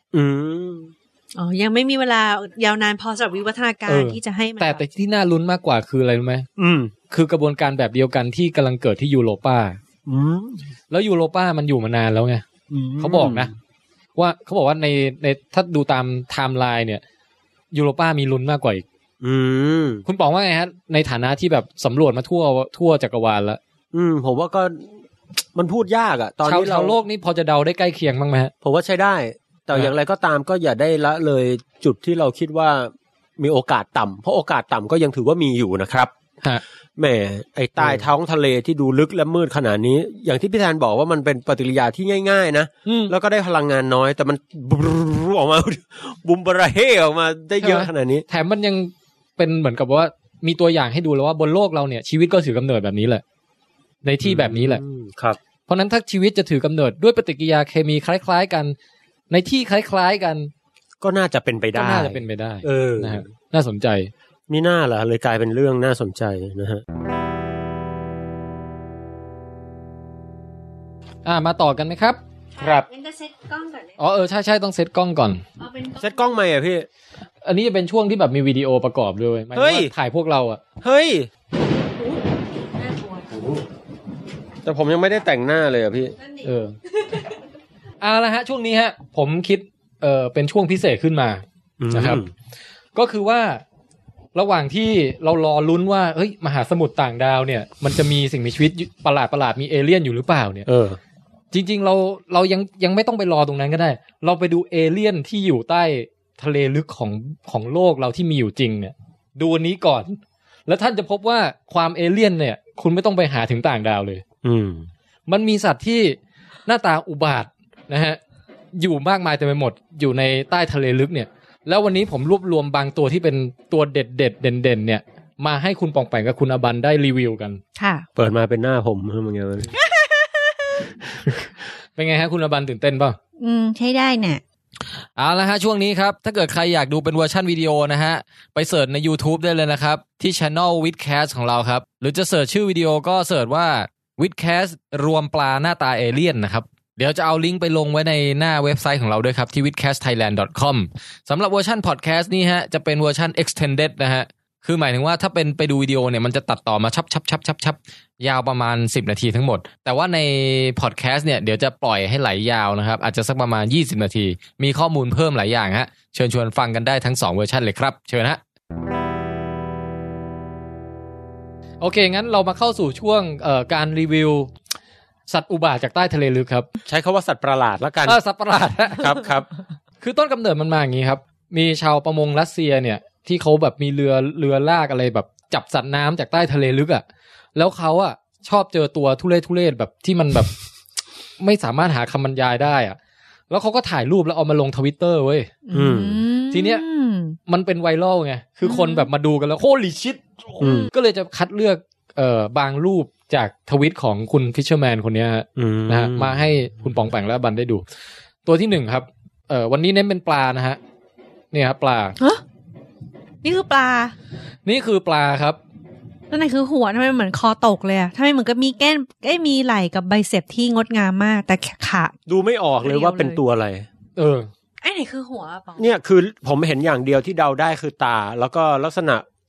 ยังไม่มีเวลายาวนานพอสำหรับวิวัฒนาการที่จะให้มันแต่ที่น่าลุ้นมากกว่าคืออะไรรู้ไหมคือกระบวนการแบบเดียวกันที่กำลังเกิดที่ยูโรปาแล้วยูโรปามันอยู่มานานแล้วไงเขาบอกนะว่าเขาบอกว่าในถ้าดูตามไทม์ไลน์เนี่ยยูโรปามีลุ้นมากกว่าอีกคุณป๋องว่าไงฮะในฐานะที่แบบสำรวจมาทั่วจักรวาลแล้วผมว่าก็มันพูดยากอ่ะตอนนี้ชาวโลกนี่พอจะเดาได้ใกล้เคียงบ้างไหมฮะผมว่าใช้ได้แต่อย่างไรก็ตามก็อย่าได้ละเลยจุดที่เราคิดว่ามีโอกาสต่ำเพราะโอกาสต่ำก็ยังถือว่ามีอยู่นะครับแหมไอ้ใต้ท้องทะเลที่ดูลึกและมืดขนาดนี้อย่างที่พี่แทนบอกว่ามันเป็นปฏิกิริยาที่ง่ายๆนะแล้วก็ได้พลังงานน้อยแต่มันออกมาบุมบราเฮออกมาได้เยอะขนาดนี้แถมมันยังเป็นเหมือนกับว่ามีตัวอย่างให้ดูแล้วว่าบนโลกเราเนี่ยชีวิตก็ถือกำเนิดแบบนี้แหละในที่แบบนี้แหละครับเพราะนั้นถ้าชีวิตจะถือกำเนิดด้วยปฏิกิริยาเคมีคล้ายๆกันในที่คล้ายๆกันก็น่าจะเป็นไปได้น่าจะเป็นไปได้นะฮะน่าสนใจมีหน้าล่ะเลยกลายเป็นเรื่องน่าสนใจนะฮะมาต่อกันไหมครับครับงั้นจะเซตกล้องก่อนใช่ต้องเซตกล้องก่อนเซตกล้องไหมอ่ะพี่อันนี้จะเป็นช่วงที่แบบมีวิดีโอประกอบด้วยหมายถึงว่าถ่ายพวกเราอ่ะเฮ้ยแต่ผมยังไม่ได้แต่งหน้าเลยอ่ะพี่ละฮะช่วงนี้ฮะผมคิดเป็นช่วงพิเศษขึ้นมานะครับก็คือว่าระหว่างที่เรารอลุ้นว่าเฮ้ยมหาสมุทรต่างดาวเนี่ยมันจะมีสิ่งมีชีวิตประหลาดมีเอเลี่ยนอยู่หรือเปล่าเนี่ยจริงๆเรายังไม่ต้องไปรอตรงนั้นก็ได้เราไปดูเอเลี่ยนที่อยู่ใต้ทะเลลึกของโลกเราที่มีอยู่จริงเนี่ยดูอันนี้ก่อนแล้วท่านจะพบว่าความเอเลี่ยนเนี่ยคุณไม่ต้องไปหาถึงต่างดาวเลยมันมีสัตว์ที่หน้าตาอุบาทนะฮะอยู่มากมายเต็มไปหมดอยู่ในใต้ทะเลลึกเนี่ยแล้ววันนี้ผมรวบรวมบางตัวที่เป็นตัวเด็ดเด่นเนี่ยมาให้คุณปองแปงกับคุณอบันได้รีวิวกันค่ะเปิดมาเป็นหน้าผมเหมือนกันเป็นไงฮะคุณอบันตื่นเต้นป่ะใช่ได้เนี่ยเอาละฮะช่วงนี้ครับถ้าเกิดใครอยากดูเป็นเวอร์ชันวิดีโอนะฮะไปเสิร์ชใน YouTube ได้เลยนะครับที่ Channel Vidcast ของเราครับหรือจะเสิร์ชชื่อวิดีโอก็เสิร์ชว่า Vidcast รวมปลาหน้าตาเอเลี่ยนนะครับเดี๋ยวจะเอาลิงก์ไปลงไว้ในหน้าเว็บไซต์ของเราด้วยครับที่ vidcastthailand.com สำหรับเวอร์ชันพอดแคสต์นี้ฮะจะเป็นเวอร์ชัน extended นะฮะคือหมายถึงว่าถ้าเป็นไปดูวิดีโอเนี่ยมันจะตัดต่อมาชับยาวประมาณ10นาทีทั้งหมดแต่ว่าในพอดแคสต์เนี่ยเดี๋ยวจะปล่อยให้ไหลยาวนะครับอาจจะสักประมาณ20นาทีมีข้อมูลเพิ่มหลายอย่างฮะเชิญชวนฟังกันได้ทั้ง2เวอร์ชันเลยครับเชิญฮะโอเคงั้นเรามาเข้าสู่ช่วงการรีวิวสัตว์อุบาทจากใต้ทะเลลึกครับใช้คำว่าสัตว์ประหลาดแล้วกันสัตว์ประหลาดครับคือต้นกำเนิดมันมาอย่างนี้ครับมีชาวประมงรัสเซียเนี่ยที่เขาแบบมีเรือลากอะไรแบบจับสัตว์น้ำจากใต้ทะเลลึกอ่ะแล้วเขาอ่ะชอบเจอตัวทุเรศแบบที่มันแบบไม่สามารถหาคำบรรยายได้อ่ะแล้วเขาก็ถ่ายรูปแล้วเอามาลง Twitter เว้ยทีเนี้ยมันเป็นไวรัลไงคือคนแบบมาดูกันแล้วโคตรชิตก็เลยจะคัดเลือกบางรูปจากทวิตของคุณฟิชเชอร์แมนคนนี้นะฮะมาให้คุณปองแปงและบันได้ดูตัวที่1ครับวันนี้เน้นเป็นปลานะฮะนี่ครับปลานี่คือปลานี่คือปลาครับแล้วไหนคือหัวทำไมเหมือนคอตกเลยอ่ะทำไมเหมือนกับมีแก้มมีไหล่กับไบเซปที่งดงามมากแต่ขาดูไม่ออกเลยว่าเป็นตัวอะไรไอ้ไหนคือหัวปะเนี่ยคือผมเห็นอย่างเดียวที่เดาได้คือตาแล้วก็ลักษณะ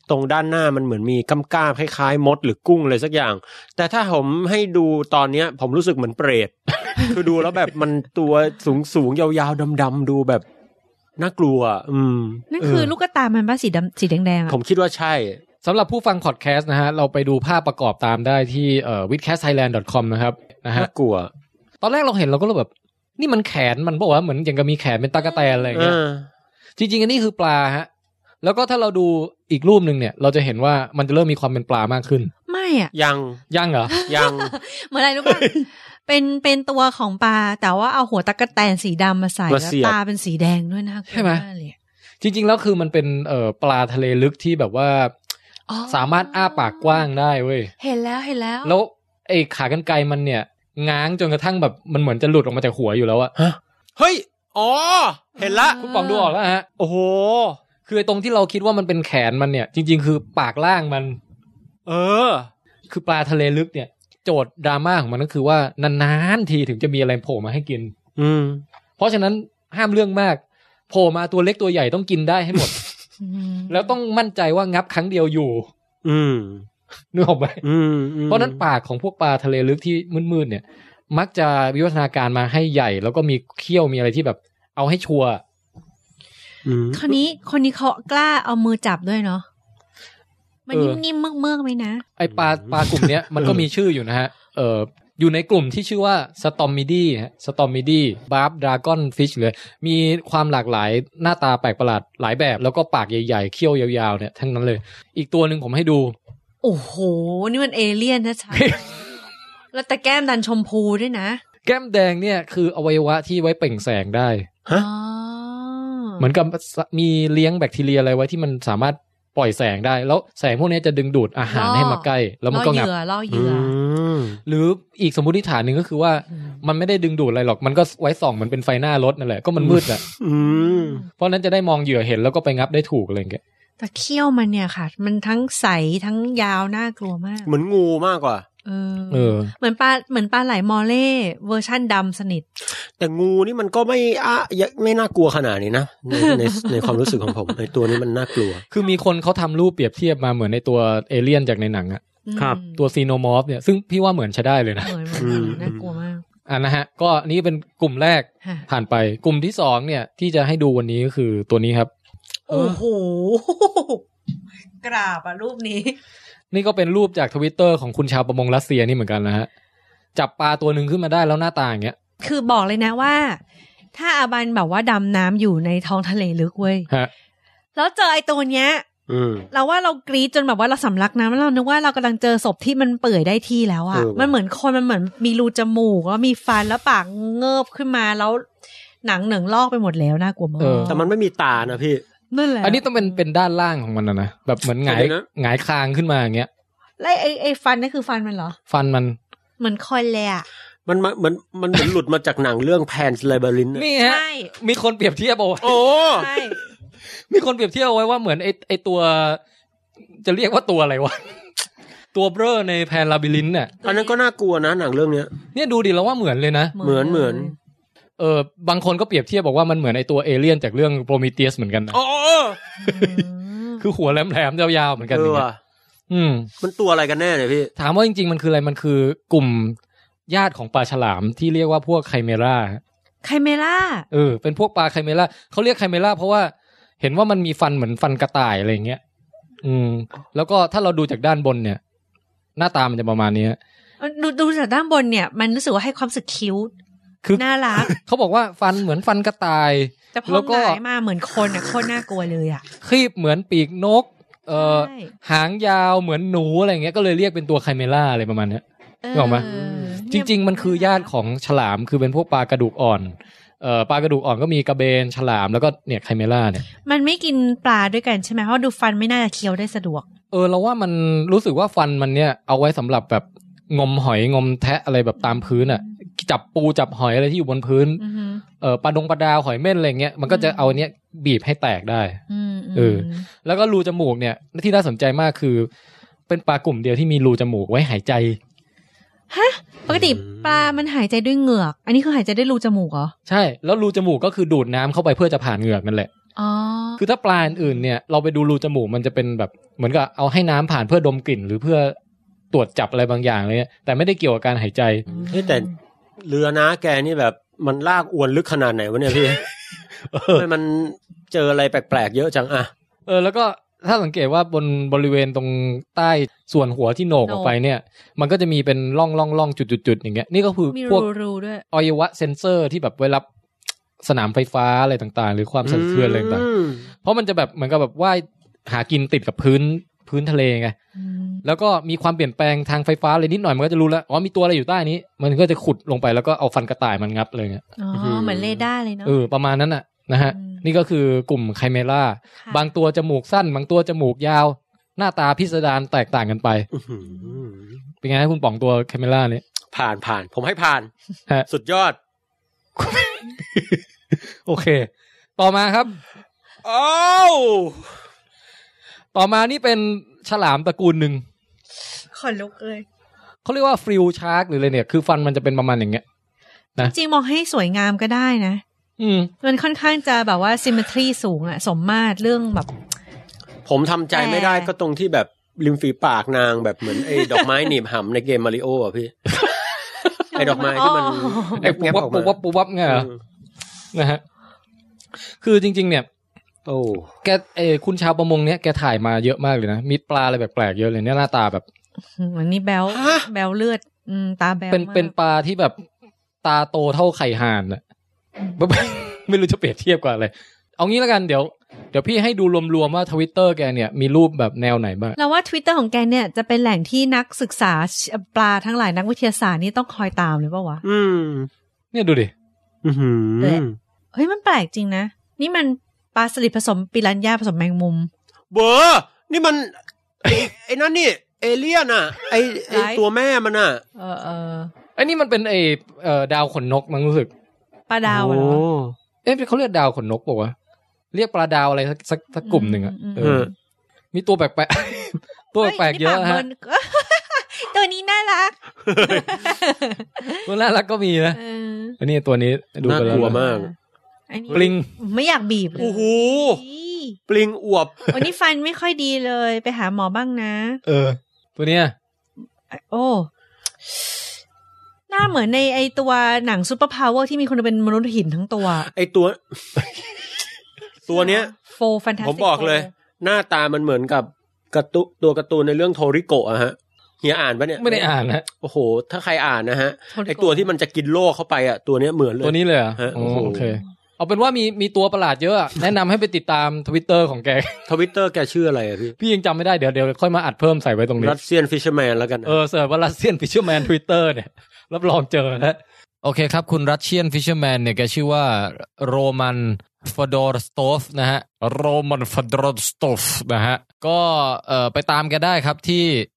ตรงด้านหน้ามันเหมือนมีก้ามๆคล้ายๆมดหรือกุ้งอะไรสักอย่างแต่ถ้าผมให้ดูตอนเนี้ยผมรู้สึกเหมือนเปรต คือดูแล้วแบบมันตัวสูงๆยาวๆดำๆดูแบบน่ากลัวนั่นคือลูกตามันป่ะสีดำสีแดงๆผมคิดว่าใช่สำหรับผู้ฟังพอดแคสต์นะฮะเราไปดูภาพประกอบตามได้ที่withcastthailand.com นะครับนะฮะน่ากลัวตอนแรกเราเห็นเราก็เลยแบบนี่มันแขนมันบอกว่าเหมือนอย่างกับมีแขนเป็นตะกะแตนอะไรอย่างเงี้ยจริงๆอันนี้คือปลาฮะแล้วก็ถ้าเราดูอีกรูปนึงเนี่ยเราจะเห็นว่ามันจะเริ่มมีความเป็นปลามากขึ้นไม่อ่ะยังเหรอยังเหมือนอะไรรู้ป่ะเป็นตัวของปลาแต่ว่าเอาหัวตะกะแตนสีดำมาใส่แล้วตาเป็นสีแดงด้วยนะใช่ไหมจริงๆแล้วคือมันเป็นปลาทะเลลึกที่แบบว่าสามารถอ้าปากกว้างได้เว้ยเห็นแล้วแล้วไอ้ขากรรไกรมันเนี่ยง้างจนกระทั่งแบบมันเหมือนจะหลุดออกมาจากหัวอยู่แล้วอะเฮ้ยอ๋อเห็นละคุณปองดูออกแล้วฮะโอ้โหคือตรงที่เราคิดว่ามันเป็นแขนมันเนี่ยจริงๆคือปากล่างมันคือปลาทะเลลึกเนี่ยโจทย์ดราม่าของมันก็คือว่านานๆทีถึงจะมีอะไรโผล่มาให้กินเพราะฉะนั้นห้ามเรื่องมากโผล่มาตัวเล็กตัวใหญ่ต้องกินได้ให้หมดแล้วต้องมั่นใจว่างับครั้งเดียวอยู่นึกออกไหมเพราะนั้นปากของพวกปลาทะเลลึกที่มืดๆเนี่ยมักจะวิวัฒนาการมาให้ใหญ่แล้วก็มีเขี้ยวมีอะไรที่แบบเอาให้ชัวร์คนนี้เขากล้าเอามือจับด้วยเนาะมันนิ่มๆเมือกๆไหมนะไอปลากลุ่มเนี้ยมันก็มีชื่ออยู่นะฮะอยู่ในกลุ่มที่ชื่อว่าสตอมมิดี้สตอมมิดี้บาร์บดราก้อนฟิชเลยมีความหลากหลายหน้าตาแปลกประหลาดหลายแบบแล้วก็ปากใหญ่ๆเขี้ยวยาวๆเนี่ยทั้งนั้นเลยอีกตัวนึงผมให้ดูโอ้โหนี่มันเอเลี่ยนนะจ๊ะ แล้วแต่แก้มดันชมพูด้วยนะแก้มแดงเนี่ยคืออวัยวะที่ไว้เปล่งแสงได้ฮะเหมือนกับมีเลี้ยงแบคทีเรียอะไรไว้ที่มันสามารถปล่อยแสงได้แล้วแสงพวกนี้จะดึงดูดอาหารให้มาใกล้แล้วมันก็งับล่อเหยื่อหรืออีกสมมติฐานหนึ่งก็คือว่ามันไม่ได้ดึงดูดอะไรหรอกมันก็ไว้ส่องมันเป็นไฟหน้ารถนั่นแหละก็มันมืดอ่ะเพราะนั้นจะได้มองเหยื่อเห็นแล้วก็ไปงับได้ถูกอะไรอย่างเงี้ยแต่เขี้ยวมันเนี่ยค่ะมันทั้งใสทั้งยาวน่ากลัวมากเหมือนงูมากกว่าเหมือนปลาไหลมอเล่เวอร์ชั่นดำสนิทแต่งูนี่มันก็ไม่น่ากลัวขนาดนี้นะในความรู้สึกของผมในตัวนี้มันน่ากลัวคือมีคนเขาทำรูปเปรียบเทียบมาเหมือนในตัวเอเลี่ยนจากในหนังอะครับตัวซีโนมอร์ฟเนี่ยซึ่งพี่ว่าเหมือนใช้ได้เลยนะน่ากลัวมากนะฮะก็นี่เป็นกลุ่มแรกผ่านไปกลุ่มที่2เนี่ยที่จะให้ดูวันนี้ก็คือตัวนี้ครับโอ้โหกราบรูปนี้นี่ก็เป็นรูปจาก Twitter ของคุณชาวประมงรัสเซียนี่เหมือนกันนะฮะจับปลาตัวนึงขึ้นมาได้แล้วหน้าตาอย่างเงี้ยคือบอกเลยนะว่าถ้าอาบันแบบว่าดำน้ำอยู่ในท้องทะเลลึกเว้ยแล้วเจอไอ้ตัวเนี้ยเราว่าเรากรี๊ดจนแบบว่าเราสำลักน้ำแล้วเรานึกว่าเรากำลังเจอศพที่มันเปื่อยได้ที่แล้วอ่ะมันเหมือนคนมันเหมือนมีรูจมูกแล้วมีฟันแล้วปากเงิบขึ้นมาแล้วหนังเหนึ่งลอกไปหมดแล้วน่ากลัวมากแต่มันไม่มีตานะพี่นั่นแหละอันนี้ต้องเป็นด้านล่างของมันนะแบบเหมือนหงายคางขึ้นมาอย่างเงี้ยแล้วไอ้ฟันนี่คือฟันมันเหรอฟันมันเหมือนคนเลยอ่ะมันเหมือนหลุดมาจากหนังเรื่อง Pan's Labyrinth นี่ฮะมีคนเปรียบเทียบเอาไว้โอ้ใช่มีคนเปรียบเทียบเอาไว้ว่าเหมือนไอ้ตัวจะเรียกว่าตัวอะไรวะตัวเบ้อใน Pan's Labyrinth เนี่ยอันนั้นก็น่ากลัวนะหนังเรื่องเนี้ยเนี่ยดูดิแล้วว่าเหมือนเลยนะเหมือนบางคนก็เปรียบเทียบบอกว่ามันเหมือนไอตัวเอเลี่ยนจากเรื่องโปรเมเธียสเหมือนกันนะคือหัวแหลมๆยาวๆเหมือนกันมันตัวอะไรกันแน่เนี่ยพี่ถามว่าจริงๆมันคืออะไรมันคือกลุ่มญาติของปลาฉลามที่เรียกว่าพวกไคเมราเป็นพวกปลาไคเมราเขาเรียกไคเมราเพราะว่าเห็นว่ามันมีฟันเหมือนฟันกระต่ายอะไรอย่างเงี้ยแล้วก็ถ้าเราดูจากด้านบนเนี่ยหน้าตามันจะประมาณนี้ดูจากด้านบนเนี่ยมันรู้สึกว่าให้ความสึกคิ้วคือน่ารักเขาบอกว่าฟันเหมือนฟันกระต่ายแล้วก็มาเหมือนคนอ่ะโคตรน่ากลัวเลยอ่ะครีบเหมือนปีกนกหางยาวเหมือนหนูอะไรเงี้ยก็เลยเรียกเป็นตัวไคเมราอะไรประมาณนี้ถูกไหมจริงๆมันคือญาติของฉลามคือเป็นพวกปลากระดูกอ่อนปลากระดูกอ่อนก็มีกระเบนฉลามแล้วก็เนี่ยไคเมราเนี่ยมันไม่กินปลาด้วยกันใช่ไหมเพราะดูฟันไม่น่าจะเคี้ยวได้สะดวกเราว่ามันรู้สึกว่าฟันมันเนี่ยเอาไว้สำหรับแบบงมหอยงมแทะอะไรแบบตามพื้นอ่ะจับปูจับหอยอะไรที่อยู่บนพื้นปลาดงปลาดาวหอยเม่นอะไรเงี้ยมันก็จะเอาเนี้ยบีบให้แตกได้แล้วก็รูจมูกเนี่ยที่น่าสนใจมากคือเป็นปลากลุ่มเดียวที่มีรูจมูกไว้หายใจฮะปกติปลามันหายใจด้วยเหงือกอันนี้คือหายใจด้วยรูจมูกเหรอใช่แล้วรูจมูกก็คือดูดน้ำเข้าไปเพื่อจะผ่านเหงือกนั่นแหละอ๋อคือถ้าปลาอื่นเนี่ยเราไปดูรูจมูกมันจะเป็นแบบเหมือนกับเอาให้น้ำผ่านเพื่อดมกลิ่นหรือเพื่อตรวจจับอะไรบางอย่างเลยเนี่ยแต่ไม่ได้เกี่ยวกับการหายใจแต่เรือนะแกนี่แบบมันลากอวนลึกขนาดไหนวะเนี่ยพี่ มันเจออะไรแปลกๆเยอะจังอะแล้วก็ถ้าสังเกตว่าบริเวณตรงใต้ส่วนหัวที่โหนกออกไปเนี่ยมันก็จะมีเป็นร่องจุดๆอย่างเงี้ยนี่ก็คือพวกอวัยวะเซนเซอร์ที่แบบไว้รับสนามไฟฟ้าอะไรต่างๆหรือความสั่นสะเทือนอะไรต่างๆเพราะมันจะแบบเหมือนกับแบบว่ายหากินติดกับพื้นทะเลไงแล้วก็มีความเปลี่ยนแปลงทางไฟฟ้าอะไรนิดหน่อยมันก็จะรู้แล้วอ๋อมีตัวอะไรอยู่ใต้นี้มันก็จะขุดลงไปแล้วก็เอาฟันกระต่ายมันงับเลยเงี้ยอ๋อเหมือนเรดาร์เลยเนาะประมาณนั้นน่ะนะฮะนี่ก็คือกลุ่มไคเมล่าบางตัวจมูกสั้นบางตัวจมูกยาวหน้าตาพิสดารแตกต่างกันไปเป็นไงคุณป๋องตัวไคเมล่านี่ผ่านผมให้ผ่านสุดยอดโอเคต่อมาครับต่อมานี่เป็นฉลามตระกูลหนึ่งขนลุกเลยเขาเรียกว่าฟริลชาร์กหรืออะไรเนี่ยคือฟันมันจะเป็นประมาณอย่างเงี้ยนะจริงมองให้สวยงามก็ได้นะมันค่อนข้างจะแบบว่าซิมเมทรีสูงอะสมมาตรเรื่องแบบผมทำใจไม่ได้ก็ตรงที่แบบริมฝีปากนางแบบเหมือนไอ้ดอกไม้หนีบหำในเกมมาริโออ่ะพี่ไอ้ดอกไม้ที่มันไอ้ปุ๊บวับไงนะฮะคือจริงๆเนี่ยแกคุณชาวประมงเนี่ยแกถ่ายมาเยอะมากเลยนะมีปลาอะไรแปลกๆเยอะเลยเนี่ยหน้าตาแบบอันนี้แบลเลือดตาแบลเป็นปลาที่แบบตาโตเท่าไข่ห่านอ่ะไม่รู้จะเปรียบเทียบกับอะไรเอางี้แล้วกันเดี๋ยวพี่ให้ดูรวมๆว่า Twitter แกเนี่ยมีรูปแบบแนวไหนบ้างเราว่า Twitter ของแกเนี่ยจะเป็นแหล่งที่นักศึกษาปลาทั้งหลายนักวิทยาศาสตร์นี่ต้องคอยตามเลยป่าววะเนี่ยดูดิเฮ้ยมันแปลกจริงนะนี่มันปลาสลิดผสมปิรันย่าผสมแมงมุมเบอนี่มันไอ้นั่นนี่เอเลี่ยนอ่ะไอ้ตัวแม่มันอ่ะไอ้นี่มันเป็นดาวขนนกมั้งรู้สึกปลาดาวเหรอเขาเรียกดาวขนนกป่ะวะเรียกปลาดาวอะไรสักกลุ่มหนึ่งอ่ะมีตัวแปลกๆตัวแปลกเยอะฮะตัวนี้น่ารักตัวน่ารักก็มีนะอันนี้ตัวนี้ดูกันแล้วกลัวมากปลิงไม่อยากบีบเลยโอ้โหปลิงอวบวันนี้ฟันไม่ค่อยดีเลยไปหาหมอบ้างนะตัวเนี้ยโอ้หน้าเหมือนในไอตัวหนังซูเปอร์พาวเวอร์ที่มีคนเป็นมนุษย์หินทั้งตัวไอตัวเนี้ยผมบอกเลยหน้าตามันเหมือนกับตัวการ์ตูนในเรื่องโทริโกะอะฮะเฮียอ่านปะเนี่ยไม่ได้อ่านนะโอ้โหถ้าใครอ่านนะฮะไอตัวที่มันจะกินโลกเข้าไปอะตัวเนี้ยเหมือนเลยตัวนี้เลยอ่ะโอเคเอาเป็นว่ามีตัวประหลาดเยอะแนะนำให้ไปติดตาม Twitter ของแก Twitter แกชื่ออะไรอ่ะพี่ยังจำไม่ได้เดี๋ยวค่อยมาอัดเพิ่มใส่ไว้ตรงนี้ Russian Fisherman แล้วกันเสิร์ชว่า Russian Fisherman Twitter เนี่ยรับรองเจอแล้วโอเคครับคุณ Russian Fisherman เนี่ยแกชื่อว่าโรมันฟอดอร์สโตฟนะฮะโรมันฟอดอร์สโตฟนะฮะก็ไปตามแกได้ครับที่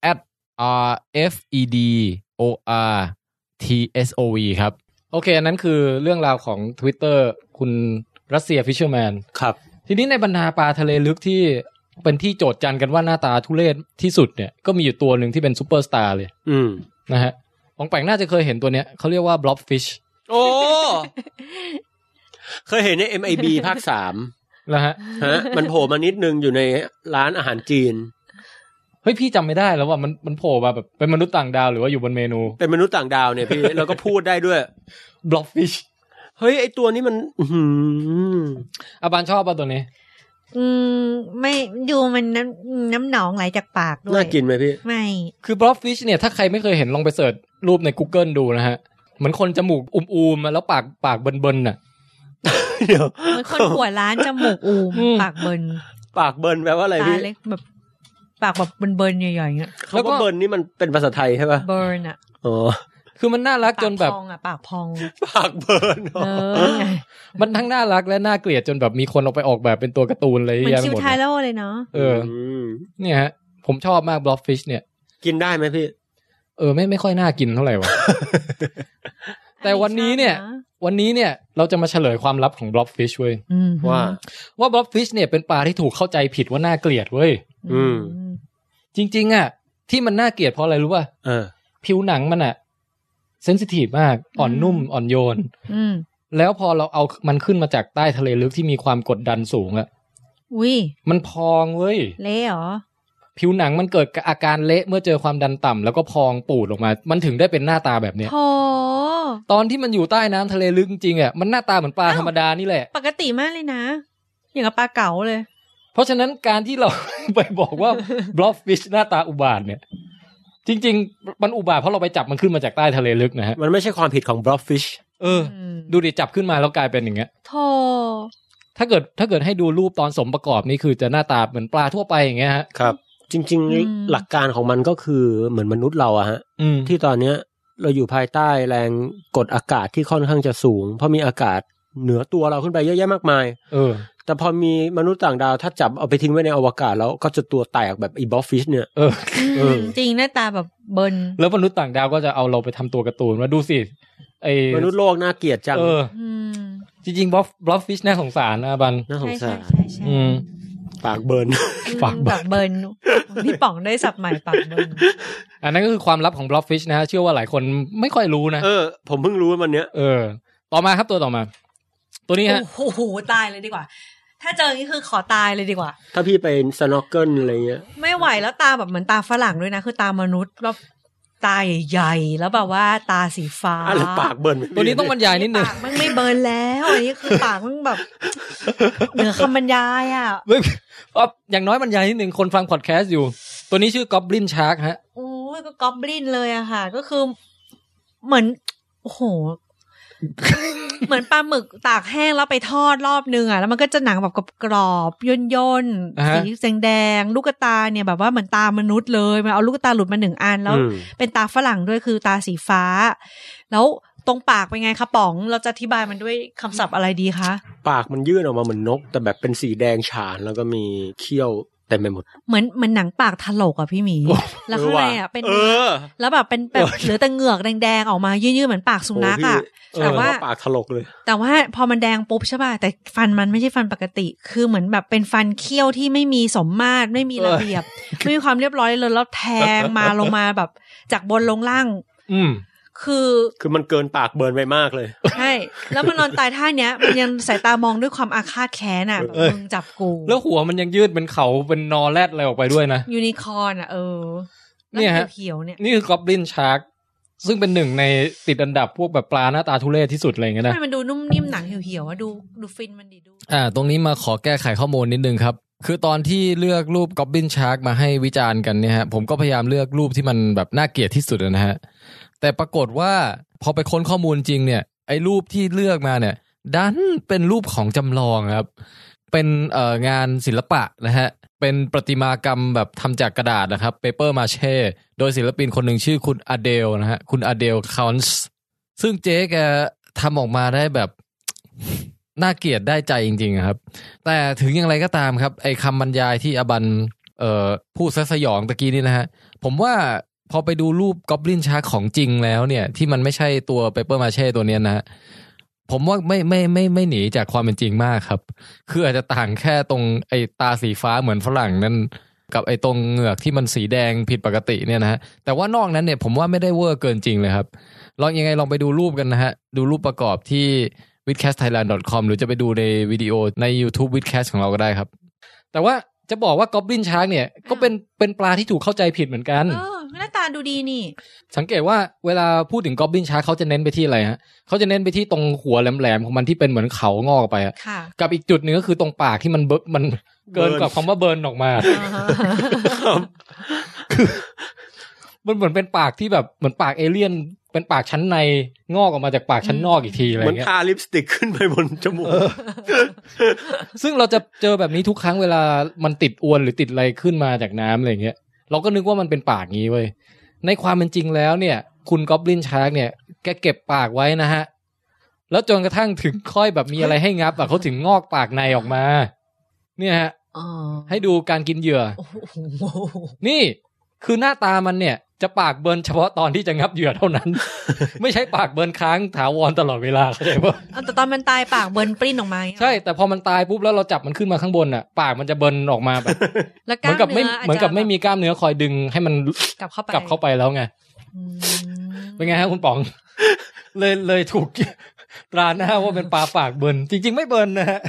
@RFEDORTSOV ครับโอเคอันนั้นคือเรื่องราวของ Twitter คุณรัสเซียฟิชเชอร์แมนครับทีนี้ในบรรดาปลาทะเลลึกที่เป็นที่โจทย์จันกันว่าหน้าตาทุเรศที่สุดเนี่ยก็มีอยู่ตัวหนึ่งที่เป็นซุปเปอร์สตาร์เลยนะฮะของแปลงน่าจะเคยเห็นตัวเนี้ยเขาเรียกว่า blobfish โอ้เคยเห็นใน MIB ภาค3 แล้วฮะมันโผล่มานิดนึงอยู่ในร้านอาหารจีนเฮ้ยพี่จำไม่ได้แล้วว่ามันโผล่มาแบบเป็นมนุษย์ต่างดาวหรือว่าอยู่บนเมนูเป็นมนุษย์ต่างดาวเนี่ยพี่ แล้วก็พูดได้ด้วย blobfish เฮ้ยไอตัวนี้มันอาบานชอบป่ะตัวนี้ไม่ดูมันน้ำหนองไหลจากปากด้วยน่ากินไหมพี่ไม่คือ blobfish เนี่ยถ้าใครไม่เคยเห็นลองไปเสิร์ชรูปใน Google ดูนะฮะเหมือนคนจมูกอูมๆแล้วปากเบิ่นๆน่ะเดี๋ยวเหมือนคนหัวล้านจมูกอูมปากเบิ่นปากเบิ่นแปลว่าอะไรพี่ตาเล็กแบบปากแบบเบิ่นๆใหญ่ๆเงี้ยแล้วก็เบิ่นนี่มันเป็นภาษาไทยใช่ป่ะเบิ่นอ่ะอ๋อคือมันน่ารักจนแบบปากพองปากเบิ่นมันทั้งน่ารักและน่าเกลียดจนแบบมีคนเอาไปออกแบบเป็นตัวการ์ตูนอะไรอย่างเงี้ยหมดเหมือนชิวไทโร่เลยเนาะเนี่ยฮะผมชอบมาก blobfish เนี่ยกินได้ไหมพี่ไม่ค่อยน่ากินเท่าไหร่วะแต่วันนี้เนี่ยเราจะมาเฉลยความลับของ blobfish เว้ยว่า blobfish เนี่ยเป็นปลาที่ถูกเข้าใจผิดว่าน่าเกลียดเว้ยจริงๆอ่ะที่มันน่าเกลียดเพราะอะไรรู้ป่ะผิวหนังมันอ่ะเซนซิทีฟมากอ่อนนุ่มอ่อนโยนแล้วพอเราเอามันขึ้นมาจากใต้ทะเลลึกที่มีความกดดันสูงอะมันพองเว้ยเละเหรอผิวหนังมันเกิดอาการเละเมื่อเจอความดันต่ำแล้วก็พองปูดออกมามันถึงได้เป็นหน้าตาแบบเนี้ยตอนที่มันอยู่ใต้น้ำทะเลลึกจริงๆอ่ะมันหน้าตาเหมือนปลาธรรมดานี่แหละปกติมากเลยนะอย่างกับปลาเก๋าเลยเพราะฉะนั้นการที่เรา ไปบอกว่า blobfish หน้าตาอุบาทเนี่ยจริงๆมันอุบาทเพราะเราไปจับมันขึ้นมาจากใต้ทะเลลึกนะฮะมันไม่ใช่ความผิดของ blobfish ดูดิจับขึ้นมาแล้วกลายเป็นอย่างเงี้ยโธ่ถ้าเกิดให้ดูรูปตอนสมประกอบนี่คือจะหน้าตาเหมือนปลาทั่วไปอย่างเงี้ยฮะครับจริงๆหลักการของมันก็คือเหมือนมนุษย์เราอะฮะที่ตอนเนี้ยเราอยู่ภายใต้แรงกดอากาศที่ค่อนข้างจะสูงเพราะมีอากาศเหนือตัวเราขึ้นไปเยอะแยะมากมายแต่พอมีมนุษย์ต่างดาวถ้าจับเอาไปทิ้งไว้ในอวกาศแล้วก็จะตัวแตกแบบอีบอฟฟิชเนี่ยจริงหน้าตาแบบเบิร์นแล้วมนุษย์ต่างดาวก็จะเอาเราไปทำตัวการ์ตูนมาดูสิไอมนุษย์โลกน่าเกลียดจังจริงๆบล็อฟฟิชน่าสงสารนะบันน่าสงสารปากเบิร์นปากเบิร์นพี่ป๋องได้สับใหม่ปากเบิร์นอันนั้นก็คือความลับของบล็อฟฟิชนะฮะเชื่อว่าหลายคนไม่ค่อยรู้นะผมเพิ่งรู้วันเนี้ยต่อมาครับตัวต่อมาตัวนี้ฮะโอ้โหตายเลยดีกว่าถ้าเจอนี่คือขอตายเลยดีกว่าถ้าพี่ไปสโนว์เกิลอะไรเงี้ยไม่ไหวแล้วตาแบบเหมือนตาฝรั่งด้วยนะคือตามนุษย์แล้วตาใหญ่ๆแล้วแบบว่าตาสีฟ้าอะไรปากเบิร์นตัวนี้ต้องบรรยายนิดนึงปากมันไม่เบิร์นแล้วอันนี้คือปากมันแบบเหนือคำบรรยายอ่ะอย่างน้อยบรรยายนิดนึงคนฟังพอดแคสต์อยู่ตัวนี้ชื่อ Goblin Shark ฮะโอ้ยก็ Goblin เลยอะค่ะก็คือเหมือนโอ้โหเหมือนปลาหมึกตากแห้งแล้วไปทอดรอบนึงอ่ะแล้วมันก็จะหนังแบบกรอบย่นสีแดงลูกตาเนี่ยแบบว่าเหมือนตามนุษย์เลยมันเอาลูกตาหลุดมา1อันแล้วเป็นตาฝรั่งด้วยคือตาสีฟ้าแล้วตรงปากเป็นไงคะป๋องเราจะอธิบายมันด้วยคำศัพท์อะไรดีคะปากมันยื่นออกมาเหมือนนกแต่แบบเป็นสีแดงฉานแล้วก็มีเขี้ยวเต็มไปหมดเหมือนหนังปากถลกอ่ะพี่หมีแล้วข้างในอ่ะเป็นแล้วแบบเป็นแบบเหลือแต่เหงือกแดงๆออกมายื่นๆเหมือนปากสุนัขอ่ะแต่ว่าปากถลกเลยแต่ว่าพอมันแดงปุ๊บใช่ป่ะแต่ฟันมันไม่ใช่ฟันปกติคือเหมือนแบบเป็นฟันเคี้ยวที่ไม่มีสมมาตรไม่มีระเบียบไม่มีความเรียบร้อยเลยแล้วแทงมาลงมาแบบจากบนลงล่างคือมันเกินปากเบิร์นไปมากเลยใช่แล้วมันนอนตายท่าเนี้ยมันยังสายตามองด้วยความอาฆาตแค้นอ่ะแบบมึงจับกูแล้วหัวมันยังยืดเป็นเขาเป็นนอแรดอะไรออกไปด้วยนะยูนิคอร์นอ่ะเนี่ยฮะเขียวเนี่ยนี่คือ Goblin Shark ซึ่งเป็นหนึ่งในติดอันดับพวกแบบปลาหน้าตาทุเรศที่สุดอะไรอย่างเงี้ยนะมันดูนุ่มนิ่มหนังเหี่ยวๆดูฟินมันดีดูตรงนี้มาขอแก้ไขข้อมูลนิดนึงครับคือตอนที่เลือกรูป Goblin Shark มาให้วิจารณ์กันเนี่ยฮะผมก็พยายามเลือกรูปที่มันแบบน่าเกลียดที่สุดนะฮะแต่ปรากฏว่าพอไปค้นข้อมูลจริงเนี่ยไอ้รูปที่เลือกมาเนี่ยดันเป็นรูปของจำลองครับเป็นงานศิลปะนะฮะเป็นประติมากรรมแบบทำจากกระดาษนะครับเปเปอร์มาเช่โดยศิลปินคนหนึ่งชื่อคุณอเดลนะฮะคุณอเดลคอนส์ซึ่งเจ๊แกทำออกมาได้แบบน่าเกลียดได้ใจจริงๆครับแต่ถึงอย่างไรก็ตามครับไอ้คำบรรยายที่อบันพูดสยองตะกี้นี่นะฮะผมว่าพอไปดูรูป Goblin Shark ของจริงแล้วเนี่ยที่มันไม่ใช่ตัว Paper Mache ตัวเนี้ยนะผมว่าไม่หนีจากความเป็นจริงมากครับคืออาจจะต่างแค่ตรงไอ้ตาสีฟ้าเหมือนฝรั่งนั่นกับไอ้ตรงเหงือกที่มันสีแดงผิดปกติเนี่ยนะฮะแต่ว่านอกนั้นเนี่ยผมว่าไม่ได้เวอร์เกินจริงเลยครับลองยังไงลองไปดูรูปกันนะฮะดูรูปประกอบที่ withcastthailand.com หรือจะไปดูในวิดีโอใน YouTube withcast ของเราก็ได้ครับแต่ว่าจะบอกว่า Goblin Shark เนี่ยก็เป็นปลาที่ถูกเข้าใจผิดเหมือนกันหน้าตาดูดีนี่สังเกตว่าเวลาพูดถึง Goblin Shark เขาจะเน้นไปที่อะไรฮะเขาจะเน้นไปที่ตรงหัวแหลมๆของมันที่เป็นเหมือนเขางอกไปกับอีกจุดนึงก็คือตรงปากที่มันเกินกับคำว่าเบิร์นออกมาคือมันเหมือนเป็นปากที่แบบเหมือนปากเอเลี่ยนเป็นปากชั้นในงอกออกมาจากปากชั้นนอกอีกทีอะไรเงี้ยเหมือนทาลิปสติกขึ้นไปบนจมูกซึ่งเราจะเจอแบบนี้ทุกครั้งเวลามันติดอวนหรือติดอะไรขึ้นมาจากน้ำอะไรเงี้ยเราก็นึกว่ามันเป็นปากงี้เว้ยในความเป็นจริงแล้วเนี่ยคุณ Goblin Shark เนี่ยแกเก็บปากไว้นะฮะแล้วจนกระทั่งถึงค่อยแบบมีอะไรให้งับเขาถึงงอกปากในออกมาเนี่ยฮะให้ดูการกินเหยื่อนี่คือหน้าตามันเนี่ยจะปากเบิร์นเฉพาะตอนที่จะงับเหยื่อเท่านั้น ไม่ใช่ปากเบิร์นค้างถาวรตลอดเวลาเข้าใจป่ะแต่ตอนมันตายปากเบิร์นปริ้นออกมาใช่แต่พอมันตายปุ๊บแล้วเราจับมันขึ้นมาข้างบนน่ะปากมันจะเบิร์นออกมาแบบเหมือนกับไม่มีกล้ามเนื้อคอยดึงให้มันกลับเข้าไปแล้วไงเป็นไงฮะคุณป๋องเลยถูกตราหน้าว่าเป็นปลาปากเบิร์นจริงๆไม่เบิร์นนะฮะ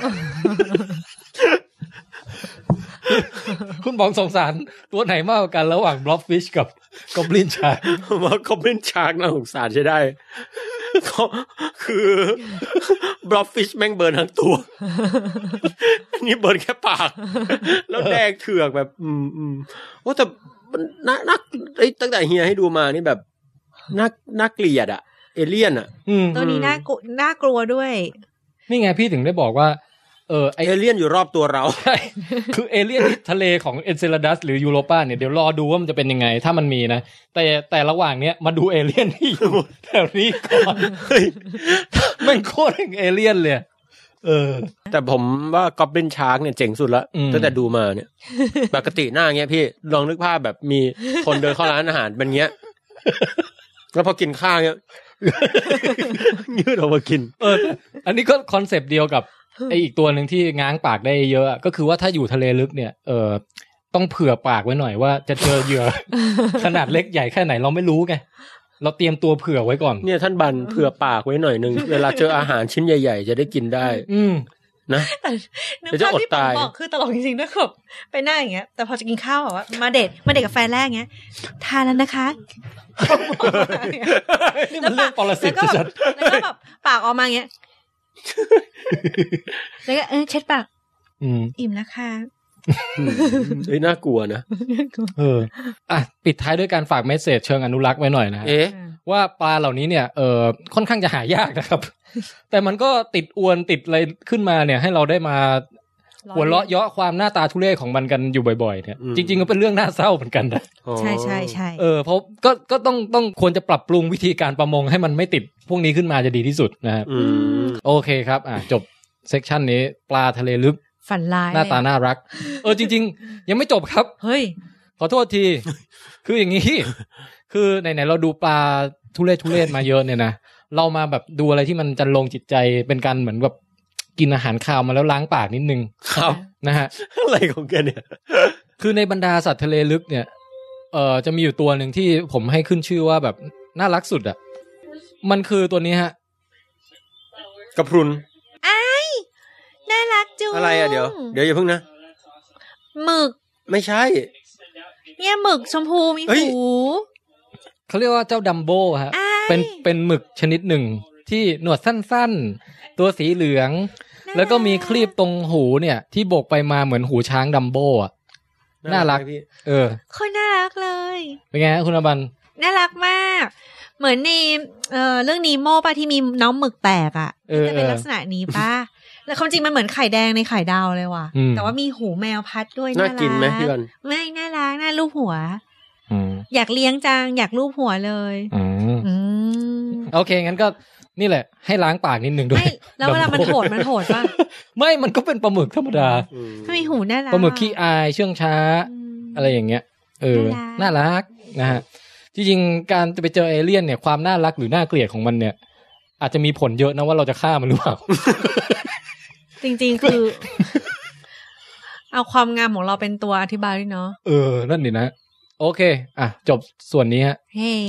คุณบอกสงสารตัวไหนมากกว่ากันระหว่าง Blobfish กับ Goblin Shark ผมว่า Goblin Shark น่าสงสารใช่ได้คือ Blobfish แม่งเบิร์นทั้งตัวอันนี้เบิร์นแค่ปากแล้วแดงเถือกแบบโอ้แต่น่าตั้งแต่เฮียให้ดูมานี่แบบน่าเกลียดอะเอเลี่ยนอะตัวนี้น่ากลัวด้วยนี่ไงพี่ถึงได้บอกว่าเอเลี่ยนอยู่รอบตัวเราใช่คือเอเลี่ยนทะเลของเอนเซลาดัสหรือยูโรปาเนี่ยเดี๋ยวรอดูว่ามันจะเป็นยังไงถ้ามันมีนะแต่ระหว่างเนี้ยมาดูเอเลี่ยนที่อยู่แถวนี้ก่อนแม่งโคตรเอเลี่ยนเลยแต่ผมว่า Goblin Shark เนี่ยเจ๋งสุดละตั้งแต่ดูมาเนี่ยปกติหน้าเงี้ยพี่ลองนึกภาพแบบมีคนเดินเข้าร้านอาหารเป็นเงี้ยแล้วพอกินข้าวเงี้ยยืดออกมากินอันนี้ก็คอนเซปต์เดียวกับไออีกตัวหนึ่งที่ง้างปากได้เยอะก็คือว่าถ้าอยู่ทะเลลึกเนี่ยต้องเผื่อปากไว้หน่อยว่าจะเจอเหยื่อ ขนาดเล็กใหญ่แค่ไหนเราไม่รู้ไงเราเตรียมตัวเผื่อไว้ก่อนเนี่ยท่านบันเผื่อปากไว้หน่อยนึงเวลาเจออาหารชิ้นใหญ่ๆจะได้กินได้นะแต่จะอดตายบอกคือตลกจริงๆด้วยแบบไปหน้าอย่างเงี้ยแต่พอจะกินข้าวแบบว่ามาเดทกับแฟนแรกเงี้ยทานแล้วนะคะนี่มันเรื่องปรสิตชัดแล้วก็แบบปากออกมาเงี้ยแล้วก็เช็ดปากอิ่มแล้วค่ะน่ากลัวนะปิดท้ายด้วยการฝากเมสเสจเชิงอนุรักษ์ไว้หน่อยนะว่าปลาเหล่านี้เนี่ยค่อนข้างจะหายากนะครับแต่มันก็ติดอวนติดอะไรขึ้นมาเนี่ยให้เราได้มาหัวเราะเยาะความหน้าตาทุเรศของมันกันอยู่บ่อยๆเนี่ยจริงๆก็เป็นเรื่องน่าเศร้าเหมือนกันนะใช่ใช่ใช่เพราะก็ต้องควรจะปรับปรุงวิธีการประมงให้มันไม่ติดพวกนี้ขึ้นมาจะดีที่สุดนะครับโอเคครับจบเซกชันนี้ปลาทะเลลึกฝันร้ายหน้าตาน่ารักจริงๆยังไม่จบครับเฮ้ยขอโทษทีคืออย่างนี้คือไหนๆเราดูปลาทุเรศมาเยอะเนี่ยนะเรามาแบบดูอะไรที่มันจันลงจิตใจเป็นการเหมือนแบบกินอาหารคาวมาแล้วล้างปากนิดนึงครับนะฮะอะไรของแกเนี่ยคือในบรรดาสัตว์ทะเลลึกเนี่ยจะมีอยู่ตัวหนึ่งที่ผมให้ขึ้นชื่อว่าแบบน่ารักสุดอ่ะมันคือตัวนี้ฮะกระพรุนน่ารักจุ๊อะไรอ่ะเดี๋ยวอย่าเพิ่งนะหมึกไม่ใช่เนี่ยหมึกชมพูมีหูเขาเรียกว่าเจ้าดัมโบ้ฮะเป็นหมึกชนิดหนึ่งที่หนวดสั้นๆตัวสีเหลืองแล้วก็มีคลีบตรงหูเนี่ยที่โบกไปมาเหมือนหูช้างดัมโบ้อะน่ารักคนน่ารักเลยเป็นไงคุณอบันน่ารักมากเหมือนในเรื่องนีโม่ป่ะที่มีน้องหมึกแตกอ่ะจะเป็นลักษณะนี้ป่ะแล้วความจริงมันเหมือนไข่แดงในไข่ดาวเลยว่ะแต่ว่ามีหูแมวพัดด้วยน่ากินไหมพี่กันไม่น่ารักน่าลูบหัวอยากเลี้ยงจังอยากลูบหัวเลยโอเคงั้นก็นี่แหละให้ล้างปากนิดนึงด้วยแล้วเวลามันโหดป่ะไม่มันก็เป็นปลาหมึกธรรมดาถ้ามีหูน่ารักปลาหมึกขี้อายเชื่องช้าอะไรอย่างเงี้ยน่ารักนะฮะจริงๆการจะไปเจอเอเลี่ยนเนี่ยความน่ารักหรือน่าเกลียดของมันเนี่ยอาจจะมีผลเยอะนะว่าเราจะฆ่ามันหรือเปล่าจริงๆคือเอาความงามของเราเป็นตัวอธิบายด้วยเนาะนั่นดินะโอเคจบส่วนนี้ฮะเฮ้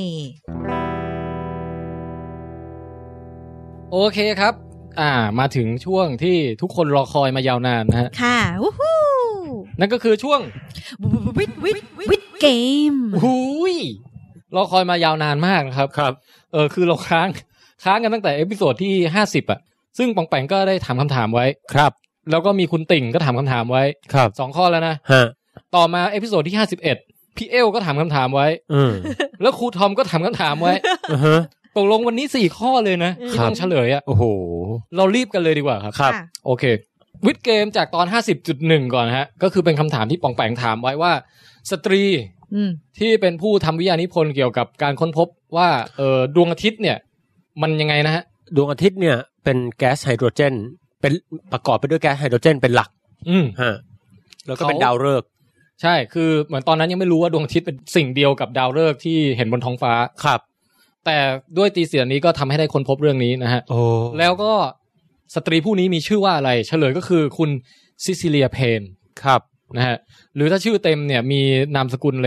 โอเคครับมาถึงช่วงที่ทุกคนรอคอยมายาวนานนะฮะค่ะวู้ฮู้นั่นก็คือช่วงวิดเกมหูยรอคอยมายาวนานมากนะครับครับคือเราค้างกันตั้งแต่เอพิโซดที่50ซึ่งปองแปงก็ได้ถามคำถามไว้ครับแล้วก็มีคุณติ่งก็ถามคำถามไว้ครับ 2ข้อแล้วนะต่อมาเอพิโซดที่51พี่เอลก็ถามคำถามไว้แล้วครูทอมก็ถามคำถามไว้ตกลงวันนี้4ข้อเลยนะที่ต้องเฉลยโอ้โหเรารีบกันเลยดีกว่าครับโอเควิดเกมจากตอน 50.1 ก่อนฮะก็คือเป็นคำถามที่ปองแปงถามไว้ว่าสตรีที่เป็นผู้ทำวิทยานิพนธ์เกี่ยวกับการค้นพบว่าดวงอาทิตย์เนี่ยมันยังไงนะฮะดวงอาทิตย์เนี่ยเป็นแก๊สไฮโดรเจนเป็นประกอบไปด้วยแก๊สไฮโดรเจนเป็นหลักแล้วก็เป็นดาวฤกษ์ใช่คือเหมือนตอนนั้นยังไม่รู้ว่าดวงอาทิตย์เป็นสิ่งเดียวกับดาวฤกษ์ที่เห็นบนท้องฟ้าครับแต่ด้วยตีเสียนี้ก็ทำให้ได้ค้นพบเรื่องนี้นะฮะแล้วก็สตรีผู้นี้มีชื่อว่าอะไรเฉลยก็คือคุณซิซิเลียเพนครับนะฮะหรือถ้าชื่อเต็มเนี่ยมีนามสกุลเลย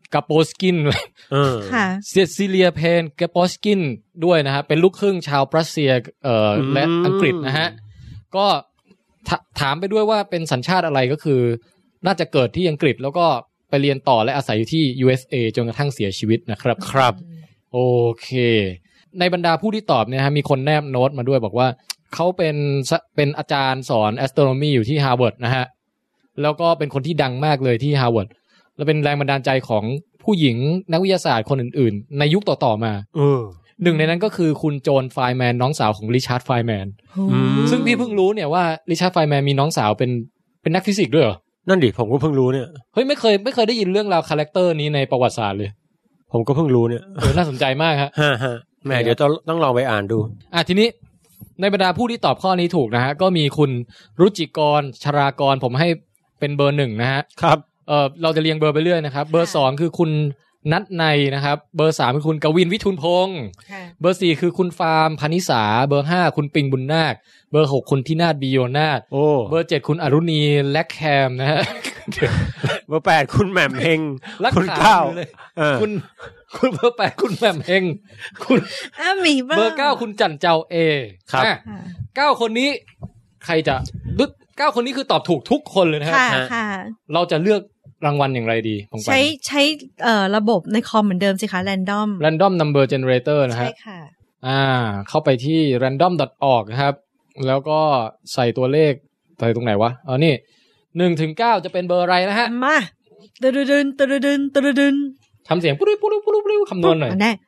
กาโปสกินค่ะเซซิเลียเพนกาโปสกินด้วยนะฮะเป็นลูกครึ่งชาวรัสเซียและอังกฤษนะฮะก็ถามไปด้วยว่าเป็นสัญชาติอะไรก็คือน่าจะเกิดที่อังกฤษแล้วก็ไปเรียนต่อและอาศัยอยู่ที่ USA จนกระทั่งเสียชีวิตนะครับครับโอเคในบรรดาผู้ที่ตอบเนี่ยฮะมีคนแนบโน้ตมาด้วยบอกว่าเขาเป็นอาจารย์สอน astronomy อยู่ที่ Harvard นะฮะแล้วก็เป็นคนที่ดังมากเลยที่ Harvard และเป็นแรงบันดาลใจของผู้หญิงนักวิทยาศาสตร์คนอื่นๆในยุคต่อๆมาหนึ่งในนั้นก็คือคุณโจนไฟแมนน้องสาวของริชาร์ดไฟแมนซึ่งพี่เพิ่งรู้เนี่ยว่าริชาร์ดไฟแมนมีน้องสาวเป็นนักฟิสิกส์ด้วยเหรอนั่นดิผมก็เพิ่งรู้เนี่ยเฮ้ยไม่เคยได้ยินเรื่องราวคาแรคเตอร์นี้ในประวัติศาสตร์เลยผมก็เพิ่งรู้เนี่ยน่าสนใจมากครับแหมเดี๋ยวต้องลองไปอ่านดูทีนี้ในบรรดาผู้ที่ตอบข้อนี้ถูกนะฮะก็มีคุณรุจิกรชรากรผมให้เป็นเบอร์ 1นะฮะครับเราจะเรียงเบอร์ไปเรื่อยนะครับเบอร์2คือคุณนัทในนะครับเบอร์3คือคุณกวินวิทูลพงษ์เบอร์4คือคุณฟาร์มพนิสาเบอร์5คุณปิงบุญนาคเบอร์6คุณทินาถบิโยนาถเบอร์7คุณอรุณีแลกแคมนะฮะเบอร์8คุณแหม่มเฮงคุณ9คุณเบอร์8คุณแหม่มเฮงคุณเบอร์9คุณจันเจ้าเอครับ 9คนนี้ใครจะ9คนนี้คือตอบถูกทุกคนเลยนะฮะเราจะเลือกรางวัลอย่างไรดีใช้ระบบในคอมเหมือนเดิมสิคะ random number generator นะฮะใช่ค่ะเข้าไปที่ random.org นะครับแล้วก็ใส่ตัวเลขใส่ตรงไหนวะนี่1ถึง9จะเป็นเบอร์อะไรนะฮะมาตึนทำเสียงปุ๊บคำนวณหน่อยได้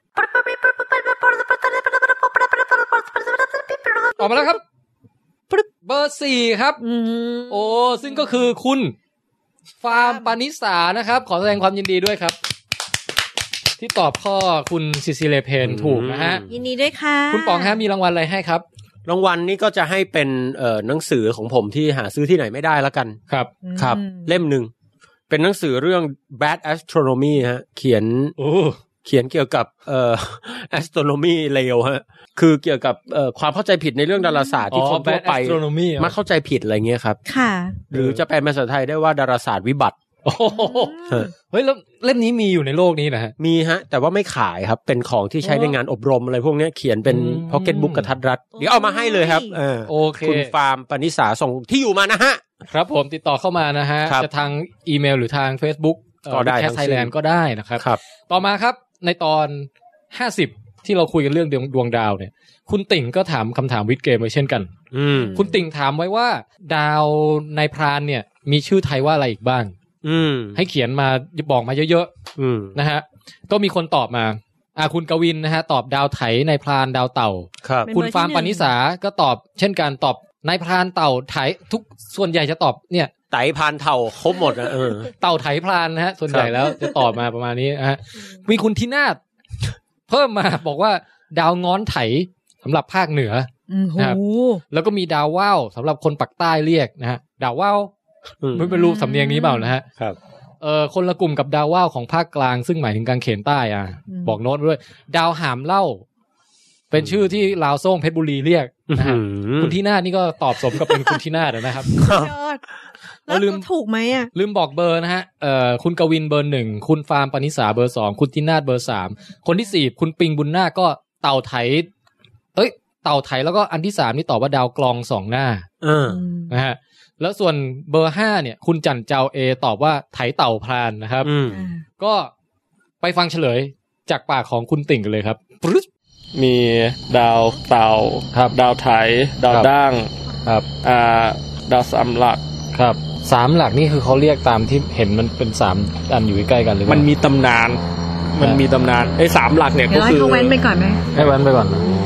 ออกมาแล้วครับเบอร์4ครับโอ้ซึ่งก็คือคุณฟาร์มปานิสานะครับขอแสดงความยินดีด้วยครับที่ตอบข้อคุณซิซิเลเพนถูกนะฮะยินดีด้วยค่ะคุณป๋องฮะมีรางวัลอะไรให้ครับรางวัลนี้ก็จะให้เป็นหนังสือของผมที่หาซื้อที่ไหนไม่ได้แล้วกันครับเล่มนึงเป็นหนังสือเรื่อง Bad Astronomy ฮะเขียนเกี่ยวกับastronomy เลวฮะคือเกี่ยวกับความเข้าใจผิดในเรื่องดาราศาสตร์ที่คนทั่วไปมักเข้าใจผิดอะไรเงี้ยครับค่ะหรือจะแปลเป็นภาษาไทยได้ว่าดาราศาสตร์วิบัติเฮ้ยแล้วเล่มนี้มีอยู่ในโลกนี้นะฮะมีฮะแต่ว่าไม่ขายครับเป็นของที่ใช้ในงานอบรมอะไรพวกนี้เขียนเป็นพ็อกเก็ตบุ๊กกระทัดรัดเดี๋ยวเอามาให้เลยครับโอเคคุณฟาร์มปณิสาส่งที่อยู่มานะฮะครับผมติดต่อเข้ามานะฮะจะทางอีเมลหรือทาง Facebook ก็ได้แคสไทยแลนด์ก็ได้นะครับต่อมาครับในตอน50ที่เราคุยกันเรื่องดวงดาวเนี่ยคุณติ่งก็ถามคำถามวิดเกมไว้เช่นกันคุณติ่งถามไว้ว่าดาวในพรานเนี่ยมีชื่อไทยว่าอะไรอีกบ้างให้เขียนมาบอกมาเยอะๆนะฮะก็มีคนตอบมาคุณกวินนะฮะตอบดาวไถในพรานดาวเต่าคุณฟาร์มปณิสาก็ตอบเช่นกันตอบในพรานเต่าไถทุกส่วนใหญ่จะตอบเนี่ยไถพรานเต่าครบหมดนะเต่าไถพรานนะฮะส่วนใหญ่แล้วจะตอบมาประมาณนี้นะฮะมีคุณทินาถเพิ่มมาบอกว่าดาวง้อนไถสำหรับภาคเหนือนะครับแล้วก็มีดาวว่าวสำหรับคนปักใต้เรียกนะฮะดาวว่าวไม่รู้สำเนียงนี้เปล่านะฮะครับคนละกลุ่มกับดาวว่าวของภาคกลางซึ่งหมายถึงกางเขนใต้บอกโน้ตด้วยดาวหามเล่าเป็นชื่อที่ลาวซ่งเพชรบุรีเรียกนะฮะคุณที่หน้านี่ก็ตอบสมกับเป็นคุณที่หน้านะครับแล้วลืมถูกไหมลืมบอกเบอร์นะฮะคุณกวินเบอร์1คุณฟาร์มปณิสาเบอร์2คุณทินาถเบอร์3คนที่4คุณปิงบุญนาคก็เต่าไถเต่าไถแล้วก็อันที่3นี่ตอบว่าดาวกลอง2หน้านะฮะแล้วส่วนเบอร์5เนี่ยคุณจันเจ้าเอตอบว่าไถเต่าพรานนะครับก็ไปฟังเฉลยจากปากของคุณติ่งกันเลยครับมีดาวเต่าครับดาวไถดาวด่างครับดาว3หลักครับ3หลักนี่คือเขาเรียกตามที่เห็นมันเป็น3อันอยู่ใกล้ๆกันหรือมันมีตำนานไอ้3หลักเนี่ยก็คือให้เขาแว้นไปก่อนไหมให้แว้นไปก่อน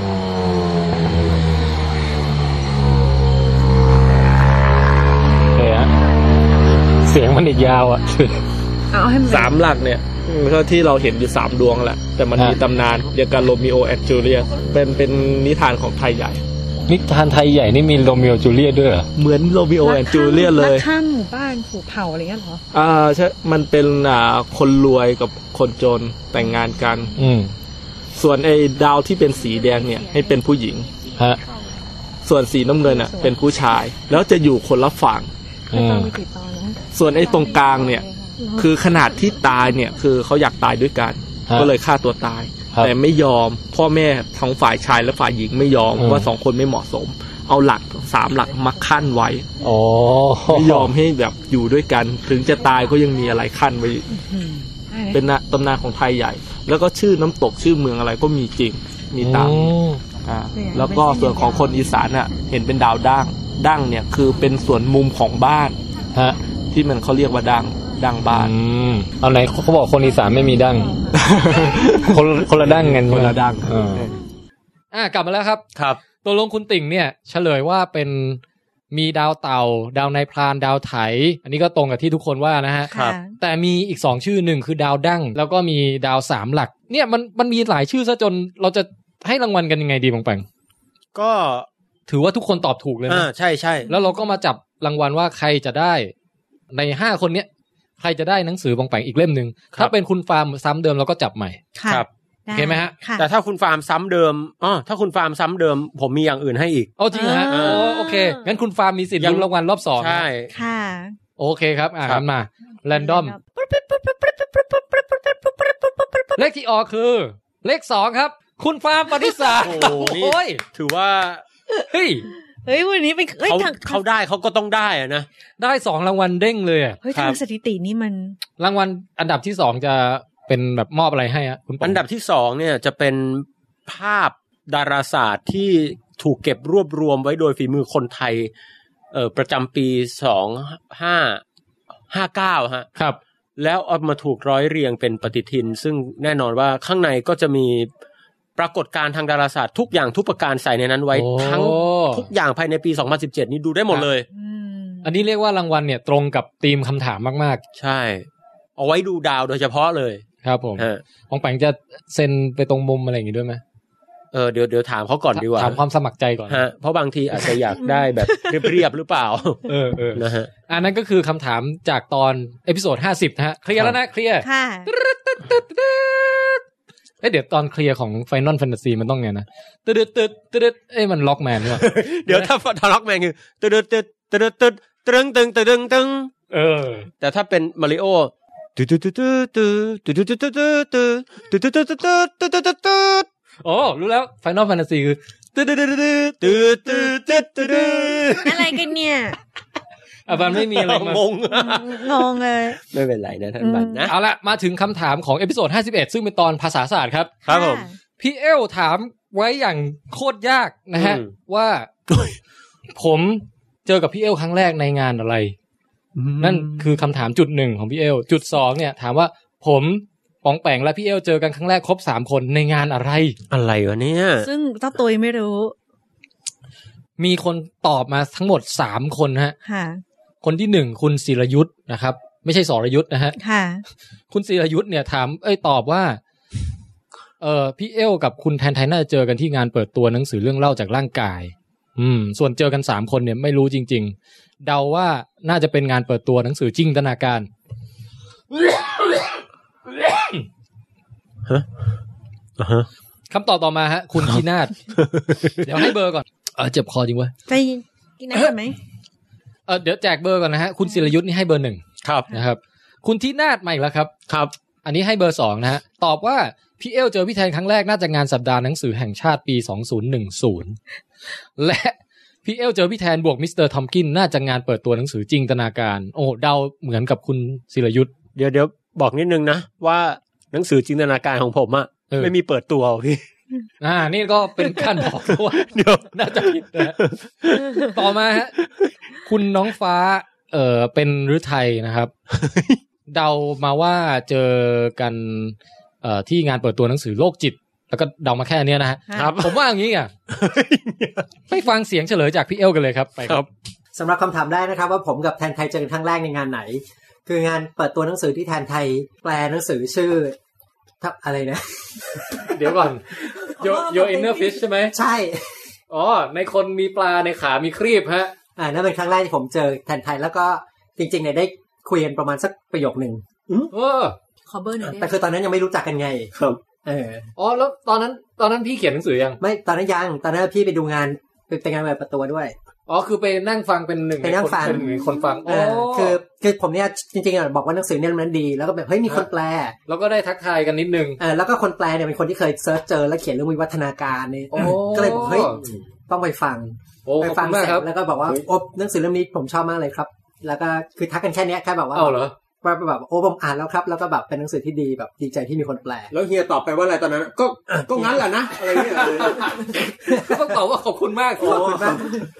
เสียงมันอีกยาว 3หลักเนี่ยก็ที่เราเห็นอยู่3ดวงแหละแต่มันมีตำนานเดียวกันโรมิโอแอนด์จูเลียสเป็นนิทานของไทยใหญ่นิทานไทยใหญ่นี่มีโรมิโอจูเลียสด้วยเหรอเหมือนโรมิโอแอนด์จูเลียสเลยข้ามหมู่บ้านผูกเผ่าอะไรเงี้ยเหรอใช่มันเป็นคนรวยกับคนจนแต่งงานกันส่วนไอ้ดาวที่เป็นสีแดงเนี่ยให้เป็นผู้หญิงส่วนสีน้ำเงินเป็นผู้ชายแล้วจะอยู่คนละฝั่งส่วนไอ้ตรงกลางเนี่ยคือขนาดที่ตายเนี่ยคือเขาอยากตายด้วยกันก็เลยฆ่าตัวตายแต่ไม่ยอมพ่อแม่ทั้งฝ่ายชายและฝ่ายหญิงไม่ยอมว่า2คนไม่เหมาะสมเอาหลัก3หลักมาคั่นไว้ไม่ยอมให้แบบอยู่ด้วยกันถึงจะตายก็ยังมีอะไรคั่นไว้เป็นตำนานของไทยใหญ่แล้วก็ชื่อน้ำตกชื่อเมืองอะไรก็มีจริงมีตามแล้วก็ส่วนของคนอีสานน่ะเห็นเป็นดาวดั้งเนี่ยคือเป็นส่วนมุมของบ้านฮะที่มันเขาเรียกว่าดั้งบ้านเอาไหนเขาบอกคนอีสานไม่มีดั้ง คนละดั้งกันคนละดั้งกลับมาแล้วครับครับตัวลงคุณติ่งเนี่ยเฉลยว่าเป็นมีดาวเต่าดาวนายพรานดาวไถอันนี้ก็ตรงกับที่ทุกคนว่านะฮะแต่มีอีก2ชื่อหนึ่งคือดาวดั้งแล้วก็มีดาว3หลักเนี่ยมันมีหลายชื่อซะจนเราจะให้รางวัลกันยังไงดีบางแปงก็ถือว่าทุกคนตอบถูกเลยนะใช่แล้วเราก็มาจับรางวัลว่าใครจะได้ใน5คนเนี้ยใครจะได้หนังสือบางแปงอีกเล่มนึงถ้าเป็นคุณฟาร์มซ้ำเดิมเราก็จับใหม่ครับโอเคไหมฮะแต่ถ้าคุณฟาร์มซ้ำเดิมถ้าคุณฟาร์มซ้ำเดิมผมมีอย่างอื่นให้อีกจริงฮะโอเคงั้นคุณฟาร์มมีสิทธิ์ลุ้นรางวัลรอบ2 ใช่ค่ะโอเคครับงั้นมาแรนดอมเลขที่ออกคือเลข2ครับคุณฟาร์มปณิสาโอ้ยถือว่าเฮ้ยวันนี้เป็นเขาได้เขาก็ต้องได้อะนะได้2รางวัลเด้งเลยเฮ้ยทางสถิตินี่มันรางวัลอันดับที่2จะเป็นแบบมอบอะไรให้อ่ะคุณอันดับที่2เนี่ยจะเป็นภาพดาราศาสตร์ที่ถูกเก็บรวบรวมไว้โดยฝีมือคนไทยประจำปี2559ฮะครับแล้วเอามาถูกร้อยเรียงเป็นปฏิทินซึ่งแน่นอนว่าข้างในก็จะมีปรากฏการณ์ทางดาราศาสตร์ทุกอย่างทุกประการใส่ในนั้นไว้ทั้งทุกอย่างภายในปี2017นี้ดูได้หมดเลยอันนี้เรียกว่ารางวัลเนี่ยตรงกับธีมคำถามมากๆใช่เอาไว้ดูดาวโดยเฉพาะเลยครับผมของแปงจะเซ็นไปตรงมุมอะไรอย่างงี้ด้วยไหมเดี๋ยวถามเขาก่อนดีกว่าถามความสมัครใจก่อนฮะเพราะบางทีอาจจะอยากได้แบบเรียบๆหรือเปล่านะฮะอันนั้นก็คือคำถามจากตอนเอพิโซด50นะฮะเคลียร์แล้วนะเคลียร์ค่ะเดี๋ยวตอนเคลียร์ของ Final Fantasy มันต้องไงนะตึ๊ดมันล็อกแมนด้วยเดี๋ยวถ้าล็อกแมนคือตึ๊ดตึงแต่ถ้าเป็นมาริโอโอ้รู้แล้ว Final Fantasy คืออะไรกันเนี่ยมันไม่มีอะไรงงเลยไม่เป็นไรนะท่านบันนะเอาละมาถึงคำถามของเอพิโซด51ซึ่งเป็นตอนภาษาศาสตร์ครับครับผมพี่เอลถามไว้อย่างโคตรยากนะฮะว่าผมเจอกับพี่เอลครั้งแรกในงานอะไรนั่นคือคำถามจุด1ของพี่เอลจุด2เนี่ยถามว่าผมป๋องแปงและพี่เอลเจอกันครั้งแรกครบ3คนในงานอะไรวะเนี่ยซึ่งเจ้าตัวไม่รู้มีคนตอบมาทั้งหมด3คนฮะคนที่1คุณศิรยุทธนะครับไม่ใช่สรยุทธนะฮะคุณศิรยุทธเนี่ยถามตอบว่าพี่เอลกับคุณแทนไทยน่าจะเจอกันที่งานเปิดตัวหนังสือเรื่องเล่าจากร่างกายส่วนเจอกัน3คนเนี่ยไม่รู้จริงๆเดาว่าน่าจะเป็นงานเปิดตัวหนังสือจินตนาการคำตอบต่อมาฮะคุณธีนาถเดี๋ยวให้เบอร์ก่อนเจ็บคอจริงเว้ยไปกินน้ำไหมเดี๋ยวแจกเบอร์ก่อนนะฮะคุณศิรยุทธนี่ให้เบอร์1 ครับนะครับคุณธีนาถมาอีกแล้วครับครับอันนี้ให้เบอร์2นะฮะตอบว่าพี่เอลเจอพี่แทนครั้งแรกน่าจะงานสัปดาห์หนังสือแห่งชาติปี2010และพี่เอลเจอพี่แทนบวกมิสเตอร์ทอมกินน่าจะงานเปิดตัวหนังสือจินตนาการโอ้เดาเหมือนกับคุณศิรยุทธเดี๋ยวบอกนิดนึงนะว่าหนังสือจินตนาการของผมอะไม่มีเปิดตัวพี่นี่ก็เป็นการบอกว่าเดี๋ยวน่าจะผิดนะต่อมาฮะคุณน้องฟ้าเป็นฤทัยนะครับเดามาว่าเจอกันที่งานเปิดตัวหนังสือโลกจิตแล้วก็เดามาแค่นี้นะฮะผมว่าอย่างนี้อ่ะไปฟังเสียงเฉลยจากพี่เอลกันเลยครับไปครับสำหรับคำถามแรกนะครับว่าผมกับแทนไทยเจอกันครั้งแรกในงานไหนคืองานเปิดตัวหนังสือที่แทนไทยแปลหนังสือชื่ออะไรนะเดี๋ยวก่อน Your Inner Fish ใช่ไหมใช่ในคนมีปลาในขามีครีบฮะนั่นเป็นครั้งแรกที่ผมเจอแทนไทยแล้วก็จริงๆเนี่ยได้คุยกันประมาณสักประโยคนึงขอเบอร์หน่อยแต่คือตอนนั้นยังไม่รู้จักกันไงครับแล้วตอนนั้นพี่เขียนหนังสือยังไม่ตอนนั้นยังตอนนั้นพี่ไปดูงานเป็นงานแบบเปิดตัวด้วยอ๋อคือไปนั่งฟังเป็นหนึ่งในคนฟังคือผมเนี่ยจริงๆบอกว่าหนังสือเนี่ยมันดีแล้วก็แบบเฮ้ยมีคนแปลแล้วก็ได้ทักทายกันนิดนึงแล้วก็คนแปลเนี่ยเป็นคนที่เคยเซิร์ชเจอแล้วเขียนเรื่องวิวัฒนาการนี่ก็เลยบอกเฮ้ยต้องไปฟังเสร็จแล้วก็บอกว่าหนังสือเล่มนี้ผมชอบมากเลยครับแล้วก็คือทักกันแค่นี้แค่แบบว่าเหรอว่าแบบผมอ่านแล้วครับแล้วก็แบบเป็นหนังสือที่ดีแบบดีใจที่มีคนแปลแล้วเฮียตอบไปว่าอะไรตอนนั้นก็งั้นแหละนะอะไรเงี้ยก็ต้องตอบว่าขอบคุณมากขอบคุณมาก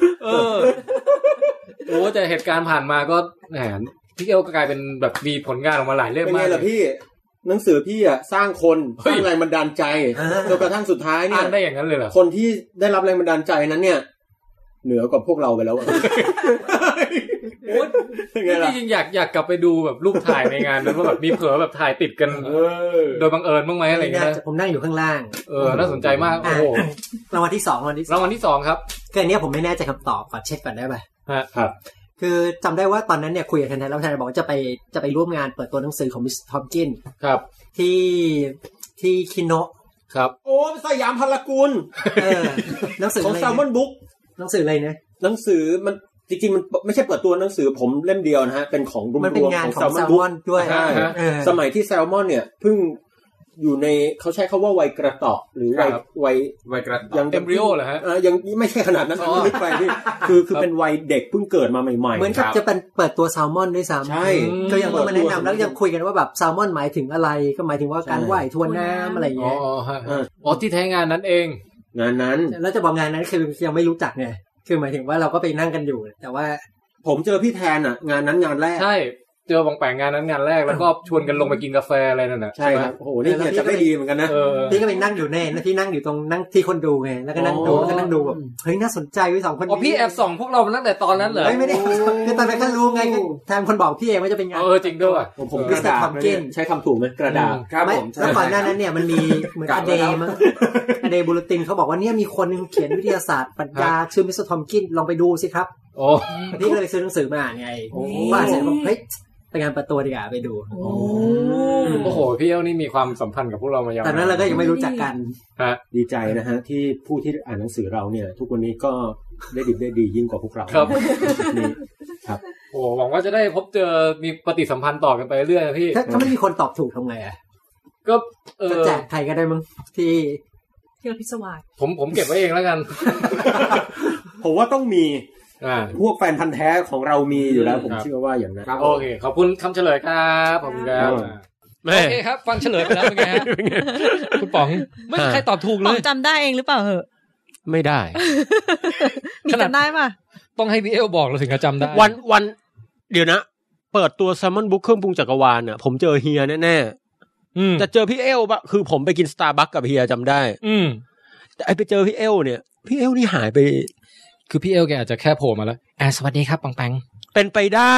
แต่เหตุการณ์ผ่านมาก็แหมพี่เอลก็กลายเป็นแบบมีผลงานออกมาหลายเล่มมากเป็นไงล่ะพี่หนังสือพี่อ่ะสร้างคนสร้างแรงบันดาลใจจนกระทั่งสุดท้ายเนี่ยได้อย่างนั้นเลยเหรอคนที่ได้รับแรงบันดาลใจนั้นเนี่ยเหนือกว่าพวกเราไปแล้วโอ้ยจริงๆอยากกลับไปดูแบบรูปถ่ายในงานนั้นว่าแบบมีเผลอแบบถ่ายติดกันโดยบังเอิญบ้างไหมอะไรเงี้ยผมนั่งอยู่ข้างล่างน่าสนใจมากโอ้โหรางวัลที่2รางวัลที่2ครับคืออันนี้ผมไม่แน่ใจคำตอบขอเช็คก่อนได้ป่ะครับคือจำได้ว่าตอนนั้นเนี่ยคุยกับแทนแล้วแทนบอกว่าจะไปร่วมงานเปิดตัวหนังสือของมิสทอมกินครับที่คิโนะครับโอ้สยามพารากอนหนังสือของแซลมอนบุ๊กหนังสืออะไรนะหนังสือมันจริงๆมันไม่ใช่เปิดตัวหนังสือผมเล่มเดียวนะฮะเป็นของรวมๆของแซลมอนด้วยสมัยที่แซลมอนเนี่ยเพิ่งอยู่ในเขาใช้คำว่าวัยกระต่อหรือวัยกระต่อยังเอมบริโอเหรอฮะยังไม่ใช่ขนาดนั้นลึกไปพี่คือเป็นวัยเด็กเพิ่งเกิดมาใหม่ๆเหมือนกับจะเป็นเปิดตัวแซลมอนด้วยซ้ำใช่ก็ยังต้องมาแนะนำแล้วยังคุยกันว่าแบบแซลมอนหมายถึงอะไรก็หมายถึงว่าการว่ายทวนน้ำอะไรอย่างเงี้ยที่แท้งานนั้นเองงานนั้นแล้วจะบอกงานนั้นคือยังไม่รู้จักไงคือหมายถึงว่าเราก็ไปนั่งกันอยู่แต่ว่าผมเจอพี่แทนอ่ะงานนั้นงานแรกใช่เจอบองแปงงานนั้นงานแรกแล้วก็ชวนกันลงไปกินกาแฟอะไรนั่นน่ะใช่ครับโอ้โหนี่จะไม่ดีเหมือนกันนะพี่ก็ไปนั่งอยู่ที่นั่งอยู่ตรงนั่งที่คนดูไงแล้วก็นั่งดูแล้วก็นั่งดูแบบเฮ้ยน่าสนใจวิสองคนนี้พี่แอบส่องพวกเราตั้งแต่ตอนนั้นเหรอไม่ได้คือตอนนั้นก็รู้ไงแทนคนบอกพี่เองว่าจะเป็นงานจริงด้วยผมกระดาษใช้คำถูกไหมกระดาษครับผมแล้วก่อนหน้านั้นเนี่ยมันมีเหมือนอเดย์บูลตินเขาบอกว่าเนี่ยมีคนนึงเขียนวิทยาศาสตร์ปรัชญาชื่อมิสเตอร์ทอมกินลองไปดูสิครับพี่ก็เลยซื้อหนังสือมาอ่านไงว่าเสร็จบอกเฮ้ยไปงานเปิดตัวดีกว่าไปดูโอ้โหพี่เอ้นี่มีความสัมพันธ์กับพวกเรามายาวนานแต่นั้นเราก็ยังไม่รู้จักกันดีใจนะฮะที่ผู้ที่อ่านหนังสือเราเนี่ยทุกวันนี้ก็ได้ดิบได้ดียิ่งกว่าพวกเราครับนี่ครับโอ้หวังว่าจะได้พบเจอมีปฏิสัมพันธ์ต่อกันไปเรื่อยๆพี่ถ้าไม่มีคนตอบถูกทำไงอ่ะก็จะแจกใครก็ได้มั้งที่พิศวาสผมเก็บไว้เองแล้วกันผมว่าต้องมีพวกแฟนพันธ์แท้ของเรามีอยู่แล้วผมเชื่อว่าอย่างนั้นโอเคขอบคุณคำเฉลยครับผมครับโอเคครับฟังเฉลยไปแล้วเป็นไงฮะคุณป๋องไม่มีใครตอบถูกเลยป๋องจำได้เองหรือเปล่าเหอะไม่ได้มีจำได้ป่ะต้องให้พี่เอลบอกเราถึงจะจำได้วันเดี๋ยวนะเปิดตัว Salmon Book เครื่องปรุงจักรวาลน่ะผมเจอเฮียแน่ๆจะเจอพี่เอลป่ะคือผมไปกิน Starbucks กับเฮียจำได้แต่ไอไปเจอพี่เอลเนี่ยพี่เอลนี่หายไปคือพี่เอลแกอาจจะแค่โผล่มาแล้วสวัสดีครับปังปังเป็นไปได้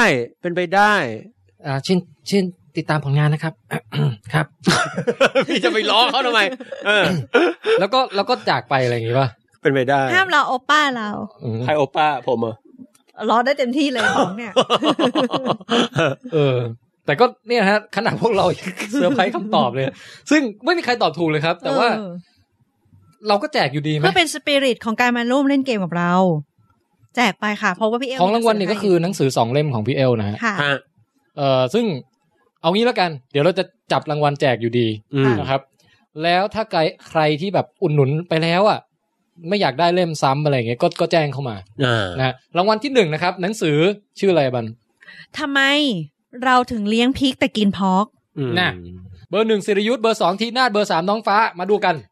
ชื่นติดตามผลงานนะครับ ครับพี่จะไปล้อเขาทำไมแล้วก็จากไปอะไรอย่างงี้ป่ะเป็นไปได้ห้ามเราโอป้าเราใครโอป้าผมล้อได้เต็มที่เลยของเนี่ยแต่ก็เนี่ยฮะขนาดพวกเราเซอร์ไพรส์คำตอบเลยซึ่งไม่มีใครตอบถูกเลยครับแต่ว่าเราก็แจกอยู่ดีไหมเพื่อเป็นสปิริตของการมาร่วมเล่นเกมกับเราแจกไปค่ะเพราะว่าพี่เอลของรางวัลนี่ก็คือหนังสือ2เล่มของพี่เอลนะฮะซึ่งเอางี้แล้วกันเดี๋ยวเราจะจับรางวัลแจกอยู่ดีนะครับแล้วถ้าใครที่แบบอุดหนุนไปแล้วอ่ะไม่อยากได้เล่มซ้ำอะไรอย่างเงี้ยก็แจ้งเข้ามานะรางวัลที่1นะครับหนังสือชื่ออะไรบันทำไมเราถึงเลี้ยงพริกแต่กินพอกนะเบอร์1ศิริยุทธเบอร์2ทีนาถเบอร์3น้องฟ้ามาดูกัน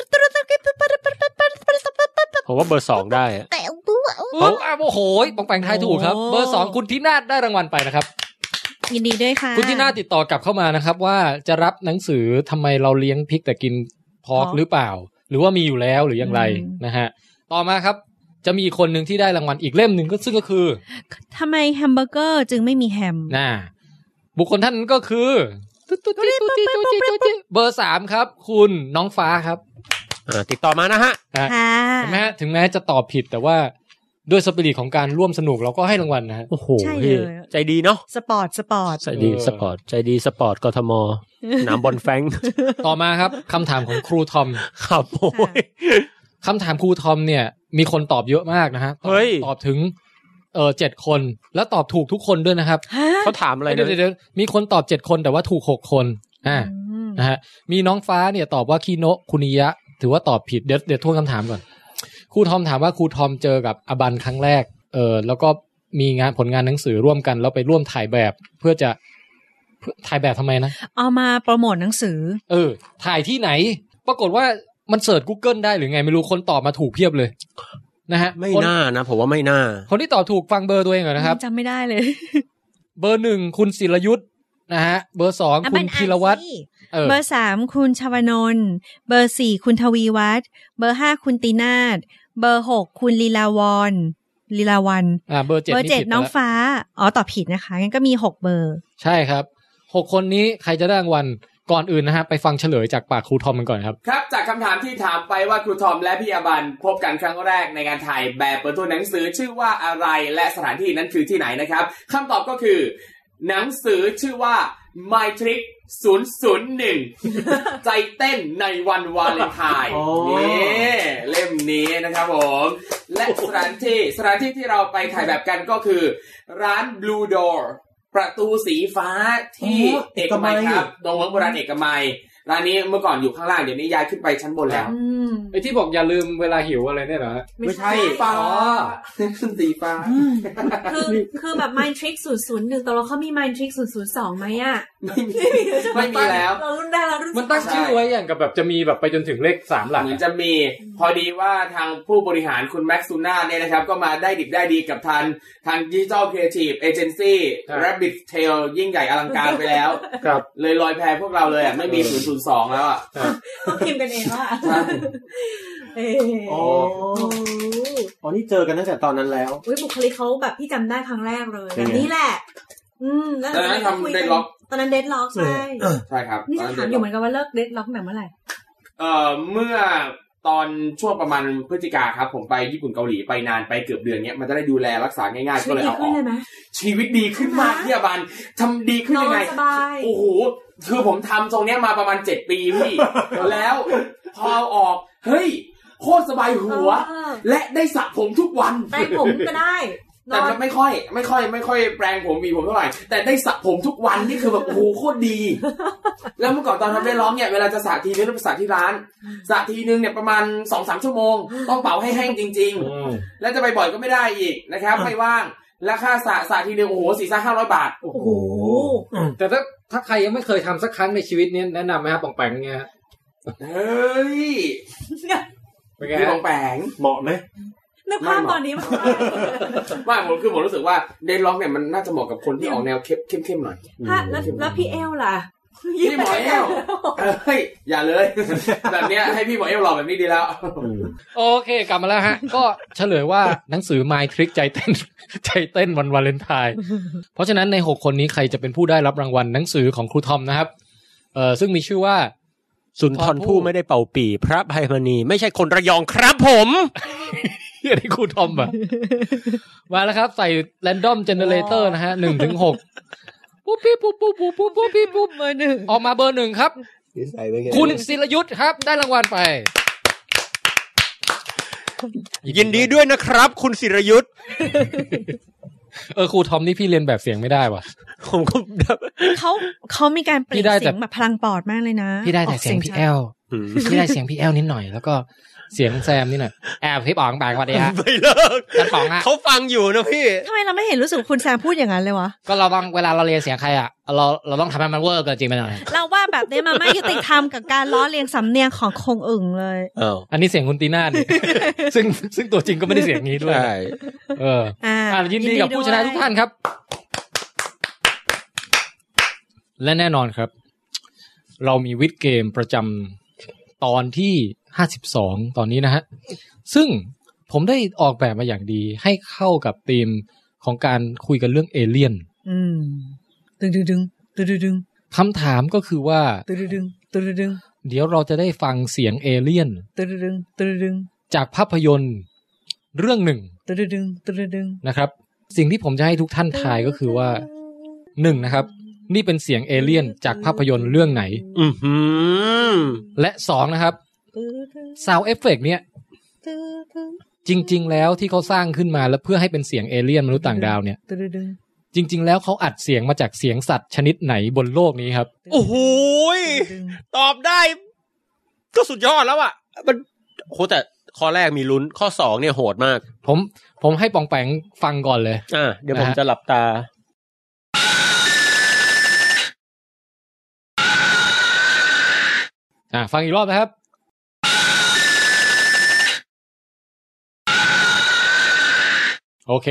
ผมว่าเบอร์2ได้แต่โอ้โหปองแปงทายถูกครับเบอร์2คุณทีนาถได้รางวัลไปนะครับยินดีด้วยค่ะคุณทีนาถติดต่อกลับเข้ามานะครับว่าจะรับหนังสือทำไมเราเลี้ยงพริกแต่กินพอกหรือเปล่าหรือว่ามีอยู่แล้วหรือยังไรนะฮะต่อมาครับจะมีคนหนึ่งที่ได้รางวัลอีกเล่มหนึ่งก็ซึ่งก็คือทำไมแฮมเบอร์เกอร์จึงไม่มีแฮมบุคคลท่านนั้นก็คือเบอร์3ครับคุณน้องฟ้าครับติดต่อมานะฮะถึงแม้จะตอบผิดแต่ว่าด้วยสปิริตของการร่วมสนุกเราก็ให้รางวัลนะฮะโอ้โหใจดีเนาะสปอร์ตใจดีสปอร์ตใจดีสปอร์ตกทมหนามบอลแฟงต่อมาครับคำถามของครูทอมครับโอ้ยคำถามครูทอมเนี่ยมีคนตอบเยอะมากนะฮะตอบถึง7 คนแล้วตอบถูกทุกคนด้วยนะครับเขาถามอะไรเดี๋ยวมีคนตอบ7 คนแต่ว่าถูก6 คนนะฮะมีน้องฟ้าเนี่ยตอบว่าคิโนะคุนิยะถือว่าตอบผิดเดี๋ยวทวนคำถามก่อนครูทอมถามว่าครูทอมเจอกับอบันครั้งแรกแล้วก็มีผลงานหนังสือร่วมกันแล้วไปร่วมถ่ายแบบเพื่อจะถ่ายแบบทำไมนะเอามาโปรโมทหนังสือถ่ายที่ไหนปรากฏว่ามันเสิร์ช Google ได้หรือไงไม่รู้คนตอบมาถูกเพียบเลยนะฮะไม่น่านะผมว่าไม่น่าคนที่ตอบถูกฟังเบอร์ตัวเองก่อนนะครับจำไม่ได้เลยเบอร์1คุณศิรยุทธนะฮะเบอร์2คุณธีรวัฒน์เบอร์3คุณชวนนท์เบอร์4คุณทวีวัฒน์เบอร์5คุณตีนาถเบอร์6คุณลีลาวันเบอร์7 น้องฟ้าตอบผิดนะคะงั้นก็มี6เบอร์ใช่ครับ6คนนี้ใครจะได้รางวัลก่อนอื่นนะฮะไปฟังเฉลยจากปากครูทอมกันก่อนครับครับจากคำถามที่ถามไปว่าครูทอมและพี่อบันพบกันครั้งแรกในงานถ่ายแบบเปิดตัวหนังสือชื่อว่าอะไรและสถานที่นั้นคือที่ไหนนะครับคำตอบก็คือหนังสือชื่อว่า My Trick 001 ใจเต้นในวันวาเลนไทน์นี่เล่มนี้นะครับผมและสถานที่ที่เราไปถ่ายแบบกันก็คือร้าน Blue Door ประตูสีฟ้าที่เอกมัยครับตรงเมืองโบราณเอกมัยร้านนี้เมื่อก่อนอยู่ข้างล่างเดี๋ยวนี้ย้ายขึ้นไปชั้นบนแล้วไอ้ที่บอกอย่าลืมเวลาหิวอะไรเนี่ยเหรอไม่ใช่ฟ้าสีฟ้าคือแบบ Mind Trick 001แต่เราเขามี Mind Trick 002ไหมอ่ะไม่มีแล้วเรารุ่นได้เรารุ่นมันตั้งชื่อไว้อย่างกับแบบจะมีแบบไปจนถึงเลข3หลักเหมือนจะมีพอดีว่าทางผู้บริหารคุณแม็กซ์ซูน่าเนี่ยนะครับก็มาได้ดิบได้ดีกับทาง Digital Creative Agency Rabbit Tail ยิ่งใหญ่อลังการไปแล้วเลยลอยแพพวกเราเลยอ่ะไม่มี002แล้วอ่ะต้องพิมพ์กันเองว่านี่เจอกันตั้งแต่ตอนนั้นแล้วบุคลิกเขาแบบที่จำได้ครั้งแรกเลยแบบนี้แหละแล้วตอนนั้นทำเดดล็อกตอนนั้นเดดล็อกใช่ครับนี่จะถามอยู่เหมือนกันว่าเลิกเดดล็อกตั้งแต่เมื่อไหร่เมื่อตอนช่วงประมาณพฤศจิกาครับผมไปญี่ปุ่นเกาหลีไปนานไปเกือบเดือนเนี้ยมันจะได้ดูแลรักษาง่ายๆก็เลยเอาออกชีวิตดีขึ้นมากเนี่ยบันทำดีขึ้นยังไงโอ้โหคือผมทำตรงเนี้ยมาประมาณ7 ปีพี่แล้วพอเอาออกเฮ้ยโคตรสบายหัวและได้สระผมทุกวันแปรงผมก็ได้แต่ไม่ค่อยแปรงผมมีผมเท่าไหร่แต่ได้สระผมทุกวันนี่คือแบบโอ้โหโคตรดีแล้วเมื่อก่อนตอนทำได้ร้องเนี่ยเวลาจะสระทีนึงต้องไปสระที่ร้านสระทีนึงเนี่ยประมาณ 2-3 ชั่วโมงต้องเป่าให้แห้งจริงๆแล้วจะไปบ่อยก็ไม่ได้อีกนะครับไม่ว่างและค่าสระทีนึงโอ้โห 400-500 บาทโอ้โหแต่ถ้าใครยังไม่เคยทำสักครั้งในชีวิตนี้แนะนำไหมครับปองแปงเงี้ยเฮ้ยเป็นไงพี่ปองแปงเหมาะไหมนึกภาพตอนนี้มันไม่ผมรู้สึกว่าเดนล็อกเนี่ยมันน่าจะเหมาะกับคนที่ออกแนวเข้มๆหน่อยแล้วพี่เอลล่ะพี่หมอเอลเฮ้ยอย่าเลยแบบเนี้ยให้พี่หมอเอลรอแบบนี้ดีแล้วโอเคกลับมาแล้วฮะก็เฉลยว่าหนังสือ My Trick ใจเต้นวันวาเลนไทน์เพราะฉะนั้นใน6คนนี้ใครจะเป็นผู้ได้รับรางวัลหนังสือของครูทอมนะครับซึ่งมีชื่อว่าสุนทรภู่ไม่ได้เป่าปีพระไพมณีไม่ใช่คนระยองครับผมอันนี้ครูทอมอ่ะมาแล้วครับใส่ Random Generator นะฮะ1-6ปุ๊บปุ๊บปุ๊บปุ๊บปุ๊บปุ๊บปุ๊บเบอร์1ออกมาเบอร์1ครับคุณศิรยุทธครับได้รางวัลไปยินดีด้วยนะครับคุณศิรยุทธครูทอมนี่พี่เรียนแบบเสียงไม่ได้ว่ะผมก็เขามีการเปลี่ยนเสียงแบบพลังปอดมากเลยนะพี่ได้แต่เสียงพี่แอลพี่ได้เสียงพี่แอลนิดหน่อยแล้วก็เสียงแซมนี่หน่อยพี่ป๋องบางวันดีฮะไม่เลิกจะป๋องฮะเขาฟังอยู่นะพี่ทำไมเราไม่เห็นรู้สึกคุณแซมพูดอย่างนั้นเลยวะก็เราเวลาเราเรียนเสียงใครอ่ะเราต้องทำให้มันเวอร์เกินจริงไปหน่อยเราว่าแบบนี้มันไม่ยุติธรรมกับการล้อเลียงสำเนียงของคงอึ่งเลยอันนี้เสียงคุณตีน่าเนี่ยซึ่งตัวจริงก็ไม่ได้เสียงนี้ด้วยยินดีกับผู้ชนะทุกท่านครับและแน่นอนครับเรามีวิดเกมประจำตอนที่52ตอนนี้นะฮะซึ่งผมได้ออกแบบมาอย่างดีให้เข้ากับธีมของการคุยกันเรื่องเอเลี่ยนดึงคำถามก็คือว่าดึงเดี๋ยวเราจะได้ฟังเสียงเอเลี่ยนดึงจากภาพยนตร์เรื่องหนึ่งดึงนะครับสิ่งที่ผมจะให้ทุกท่านทายก็คือว่า1นะครับนี่เป็นเสียงเอเลี่ยนจากภาพยนตร์เรื่องไหนและ2นะครับซาวด์เอฟเฟกต์เนี้ยจริงๆแล้วที่เขาสร้างขึ้นมาแล้วเพื่อให้เป็นเสียงเอเลี่ยนมนุษย์ต่างดาวเนี่ยจริงๆแล้วเขาอัดเสียงมาจากเสียงสัตว์ชนิดไหนบนโลกนี้ครับโอ้โหตอบได้ก็สุดยอดแล้วอ่ะมันโหแต่ข้อแรกมีลุ้นข้อ2เนี่ยโหดมากผมให้ปองแปงฟังก่อนเลยเดี๋ยวผมจะหลับตาฟังอีกรอบนะครับโอเค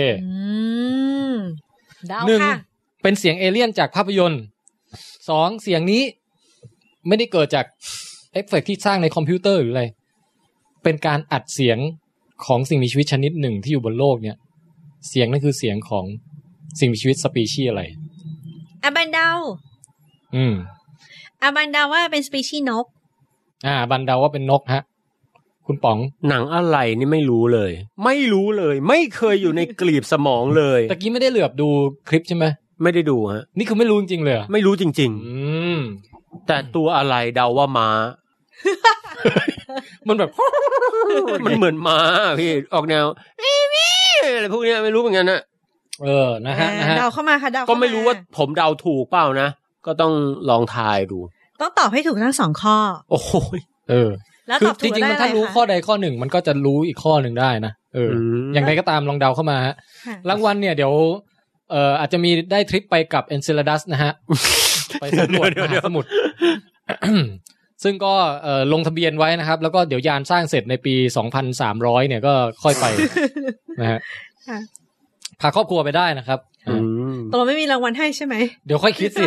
หนึ่งเป็นเสียงเอเลี่ยนจากภาพยนตร์2เสียงนี้ไม่ได้เกิดจากเอฟเฟกต์ที่สร้างในคอมพิวเตอร์หรืออะไรเป็นการอัดเสียงของสิ่งมีชีวิตชนิดหนึ่งที่อยู่บนโลกเนี่ยเสียงนั่นคือเสียงของสิ่งมีชีวิตสปีชีส์อะไรอาบันดาวอาบันดาวว่าเป็นสปีชีส์นกบันดาวว่าเป็นนกฮะคุณป๋องหนังอะไรนี่ไม่รู้เลยไม่เคยอยู่ในกลีบสมองเลยตะกี้ไม่ได้เหลือบดูคลิปใช่ไหมไม่ได้ดูฮะนี่คือไม่รู้จริงๆเลยไม่รู้จริงๆแต่ตัวอะไรเดาว่าม้ามันแบบมันเหมือนม้าพี่ออกแนวอะไรพวกนี้ไม่รู้เหมือนกันนะนะฮะเดาเข้ามาค่ะเดาก็ไม่รู้ว่าผมเดาถูกเปล่านะก็ต้องลองทายดูต้องตอบให้ถูกทั้ง2ข้อโอ้โหแล้วตอบถูกได้จริงๆมันถ้ารู้ข้อใดข้อหนึ่งมันก็จะรู้อีกข้อหนึ่งได้นะอย่างไรก็ตามลองเดาเข้ามาฮะรางวัลเนี่ยเดี๋ยวอาจจะมีได้ทริปไปกับ Enceladus นะฮะไปสำรวจมหาสมุทรซึ่งก็ลงทะเบียนไว้นะครับแล้วก็เดี๋ยวยานสร้างเสร็จในปี 2,300 เนี่ยก็ค่อยไปนะฮะพาครอบครัวไปได้นะครับตัวไม่มีรางวัลให้ใช่ไหมเดี๋ยวค่อยคิดสิ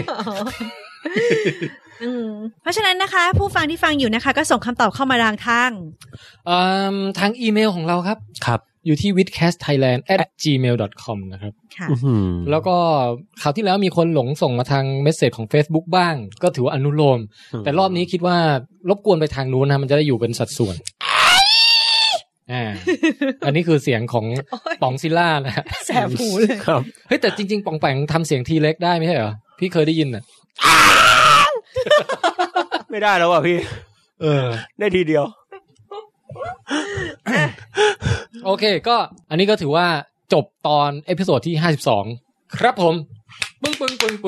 เพราะฉะนั้นนะคะผู้ฟังที่ฟังอยู่นะคะก็ส่งคำตอบเข้ามาทางอีเมลของเราครับอยู่ที่ withcastthailand@gmail.com นะครับแล้วก็คราวที่แล้วมีคนหลงส่งมาทางเมสเสจของ Facebook บ้างก็ถือว่าอนุโลมแต่รอบนี้คิดว่ารบกวนไปทางนู้นนะมันจะได้อยู่เป็นสัดส่วนอันนี้คือเสียงของป๋องซิล่านะแสบหูเลยครับเฮ้ยแต่จริงๆป๋องแปงทำเสียงทีเล็กได้ไม่ใช่เหรอพี่เคยได้ยินน่ะไม่ได้แล้วอ่ะพี่ได้ทีเดียวโอเคก็อันนี้ก็ถือว่าจบตอนเอพิโซดที่52ครับผมปึ้ง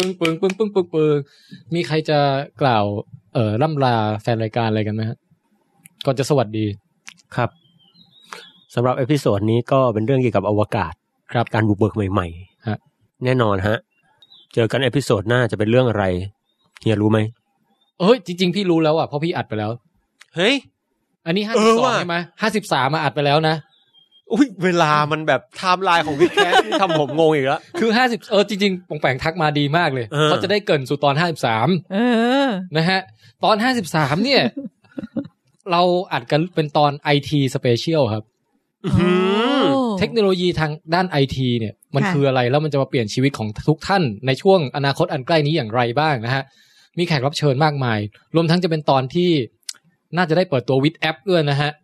มีใครจะกล่าวร่ำลาแฟนรายการอะไรกันไหมฮะก่อนจะสวัสดีครับสำหรับเอพิโซดนี้ก็เป็นเรื่องเกี่ยวกับอวกาศครับการบุกเบิกใหม่ๆฮะแน่นอนฮะเจอกันเอพิโซดหน้าจะเป็นเรื่องอะไรเฮียรู้ไหมจริงๆพี่รู้แล้วอ่ะเพราะพี่อัดไปแล้วเฮ้ยอันนี้52ใช่ไหม53มาอัดไปแล้วนะอุ้ยเวลามันแบบไทม์ไลน์ของวิดแคสที่ทำผมงงอีกแล้วคือ50จริงๆปองแปงทักมาดีมากเลยเขาจะได้เกินสู่ตอน53นะฮะตอน53เนี่ยเราอัดกันเป็นตอน IT Special ครับเทคโนโลยีทางด้าน IT เนี่ยมันคืออะไรแล้วมันจะมาเปลี่ยนชีวิตของทุกท่านในช่วงอนาคตอันใกล้นี้อย่างไรบ้างนะฮะมีแขกรับเชิญมากมายรวมทั้งจะเป็นตอนที่น่าจะได้เปิดตัววิดแอปด้วยนะฮะ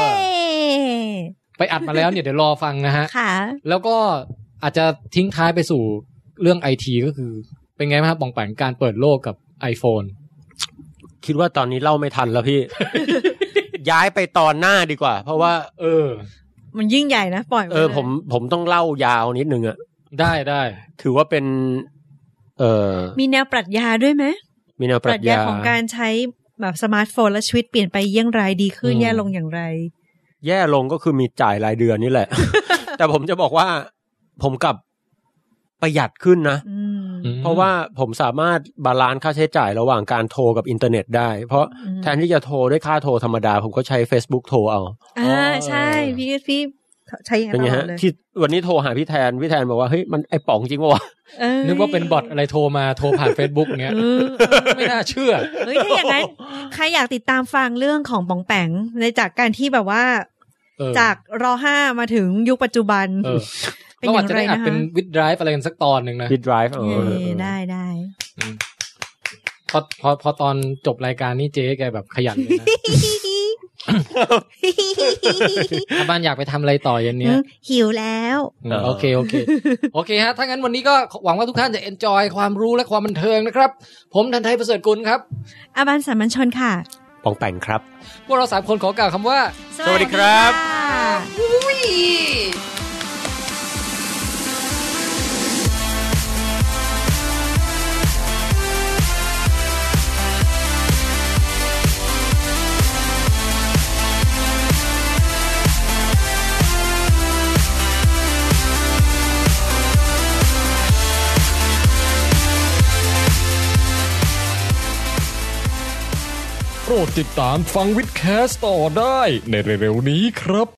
ไปอัดมาแล้วเนี่ยเดี๋ยวรอฟังนะฮะแล้วก็อาจจะทิ้งท้ายไปสู่เรื่อง IT ก็คือเป็นไงครับปองแปงการเปิดโลกกับ iPhone คิดว่าตอนนี้เล่าไม่ทันแล้วพี่ ย้ายไปตอนหน้าดีกว่าเพราะว่ามันยิ่งใหญ่นะปล่อยผมต้องเล่ายาวนิดนึงอะได้ถือว่าเป็นมีแนวปรัชญาด้วยไหมมีแนวปรัชญาของการใช้แบบสมาร์ทโฟนและชีวิตเปลี่ยนไปอย่างไรดีขึ้นแย่ลงอย่างไรแย่ลงก็คือมีจ่ายรายเดือนนี่แหละ แต่ผมจะบอกว่าผมกลับประหยัดขึ้นนะเพราะว่าผมสามารถบาลานซ์ค่าใช้จ่ายระหว่างการโทรกับอินเทอร์เน็ตได้เพราะแทนที่จะโทรด้วยค่าโทรธรรมดาผมก็ใช้ Facebook โทรเอาใช่พี่ใช้อย่างนั้นเลยที่วันนี้โทรหาพี่แทนบอกว่าเฮ้ยมันไอ้ป๋องจริงป่ะวะนึกว่าเป็นบอทอะไรโทรมาโทรผ่าน Facebook เงี้ยไม่น่าเชื่อเฮ้ยถ้าอย่างนั้นใครอยากติดตามฟังเรื่องของป๋องแปงในจากการที่แบบว่าจากร.5 มาถึงยุคปัจจุบันเป็นอย่างไรนะคะเป็นวิดไดรฟ์อะไรกันสักตอนนึงนะวิดไดรฟ์ได้พอตอนจบรายการนี่เจ๊แกแบบขยันเลยนะบ้านอยากไปทำอะไรต่อเย็นนี้หิวแล้วโอเคฮะถ้างั้นวันนี้ก็หวังว่าทุกท่านจะเอนจอยความรู้และความบันเทิงนะครับผมทันไทยประเสริฐกุลครับอาบันสามัญชนค่ะปองแปงครับพวกเรา3คนขอกล่าวคำว่าสวัสดีครับโปรดติดตามฟังวิดแคสต์ต่อได้ในเร็วๆนี้ครับ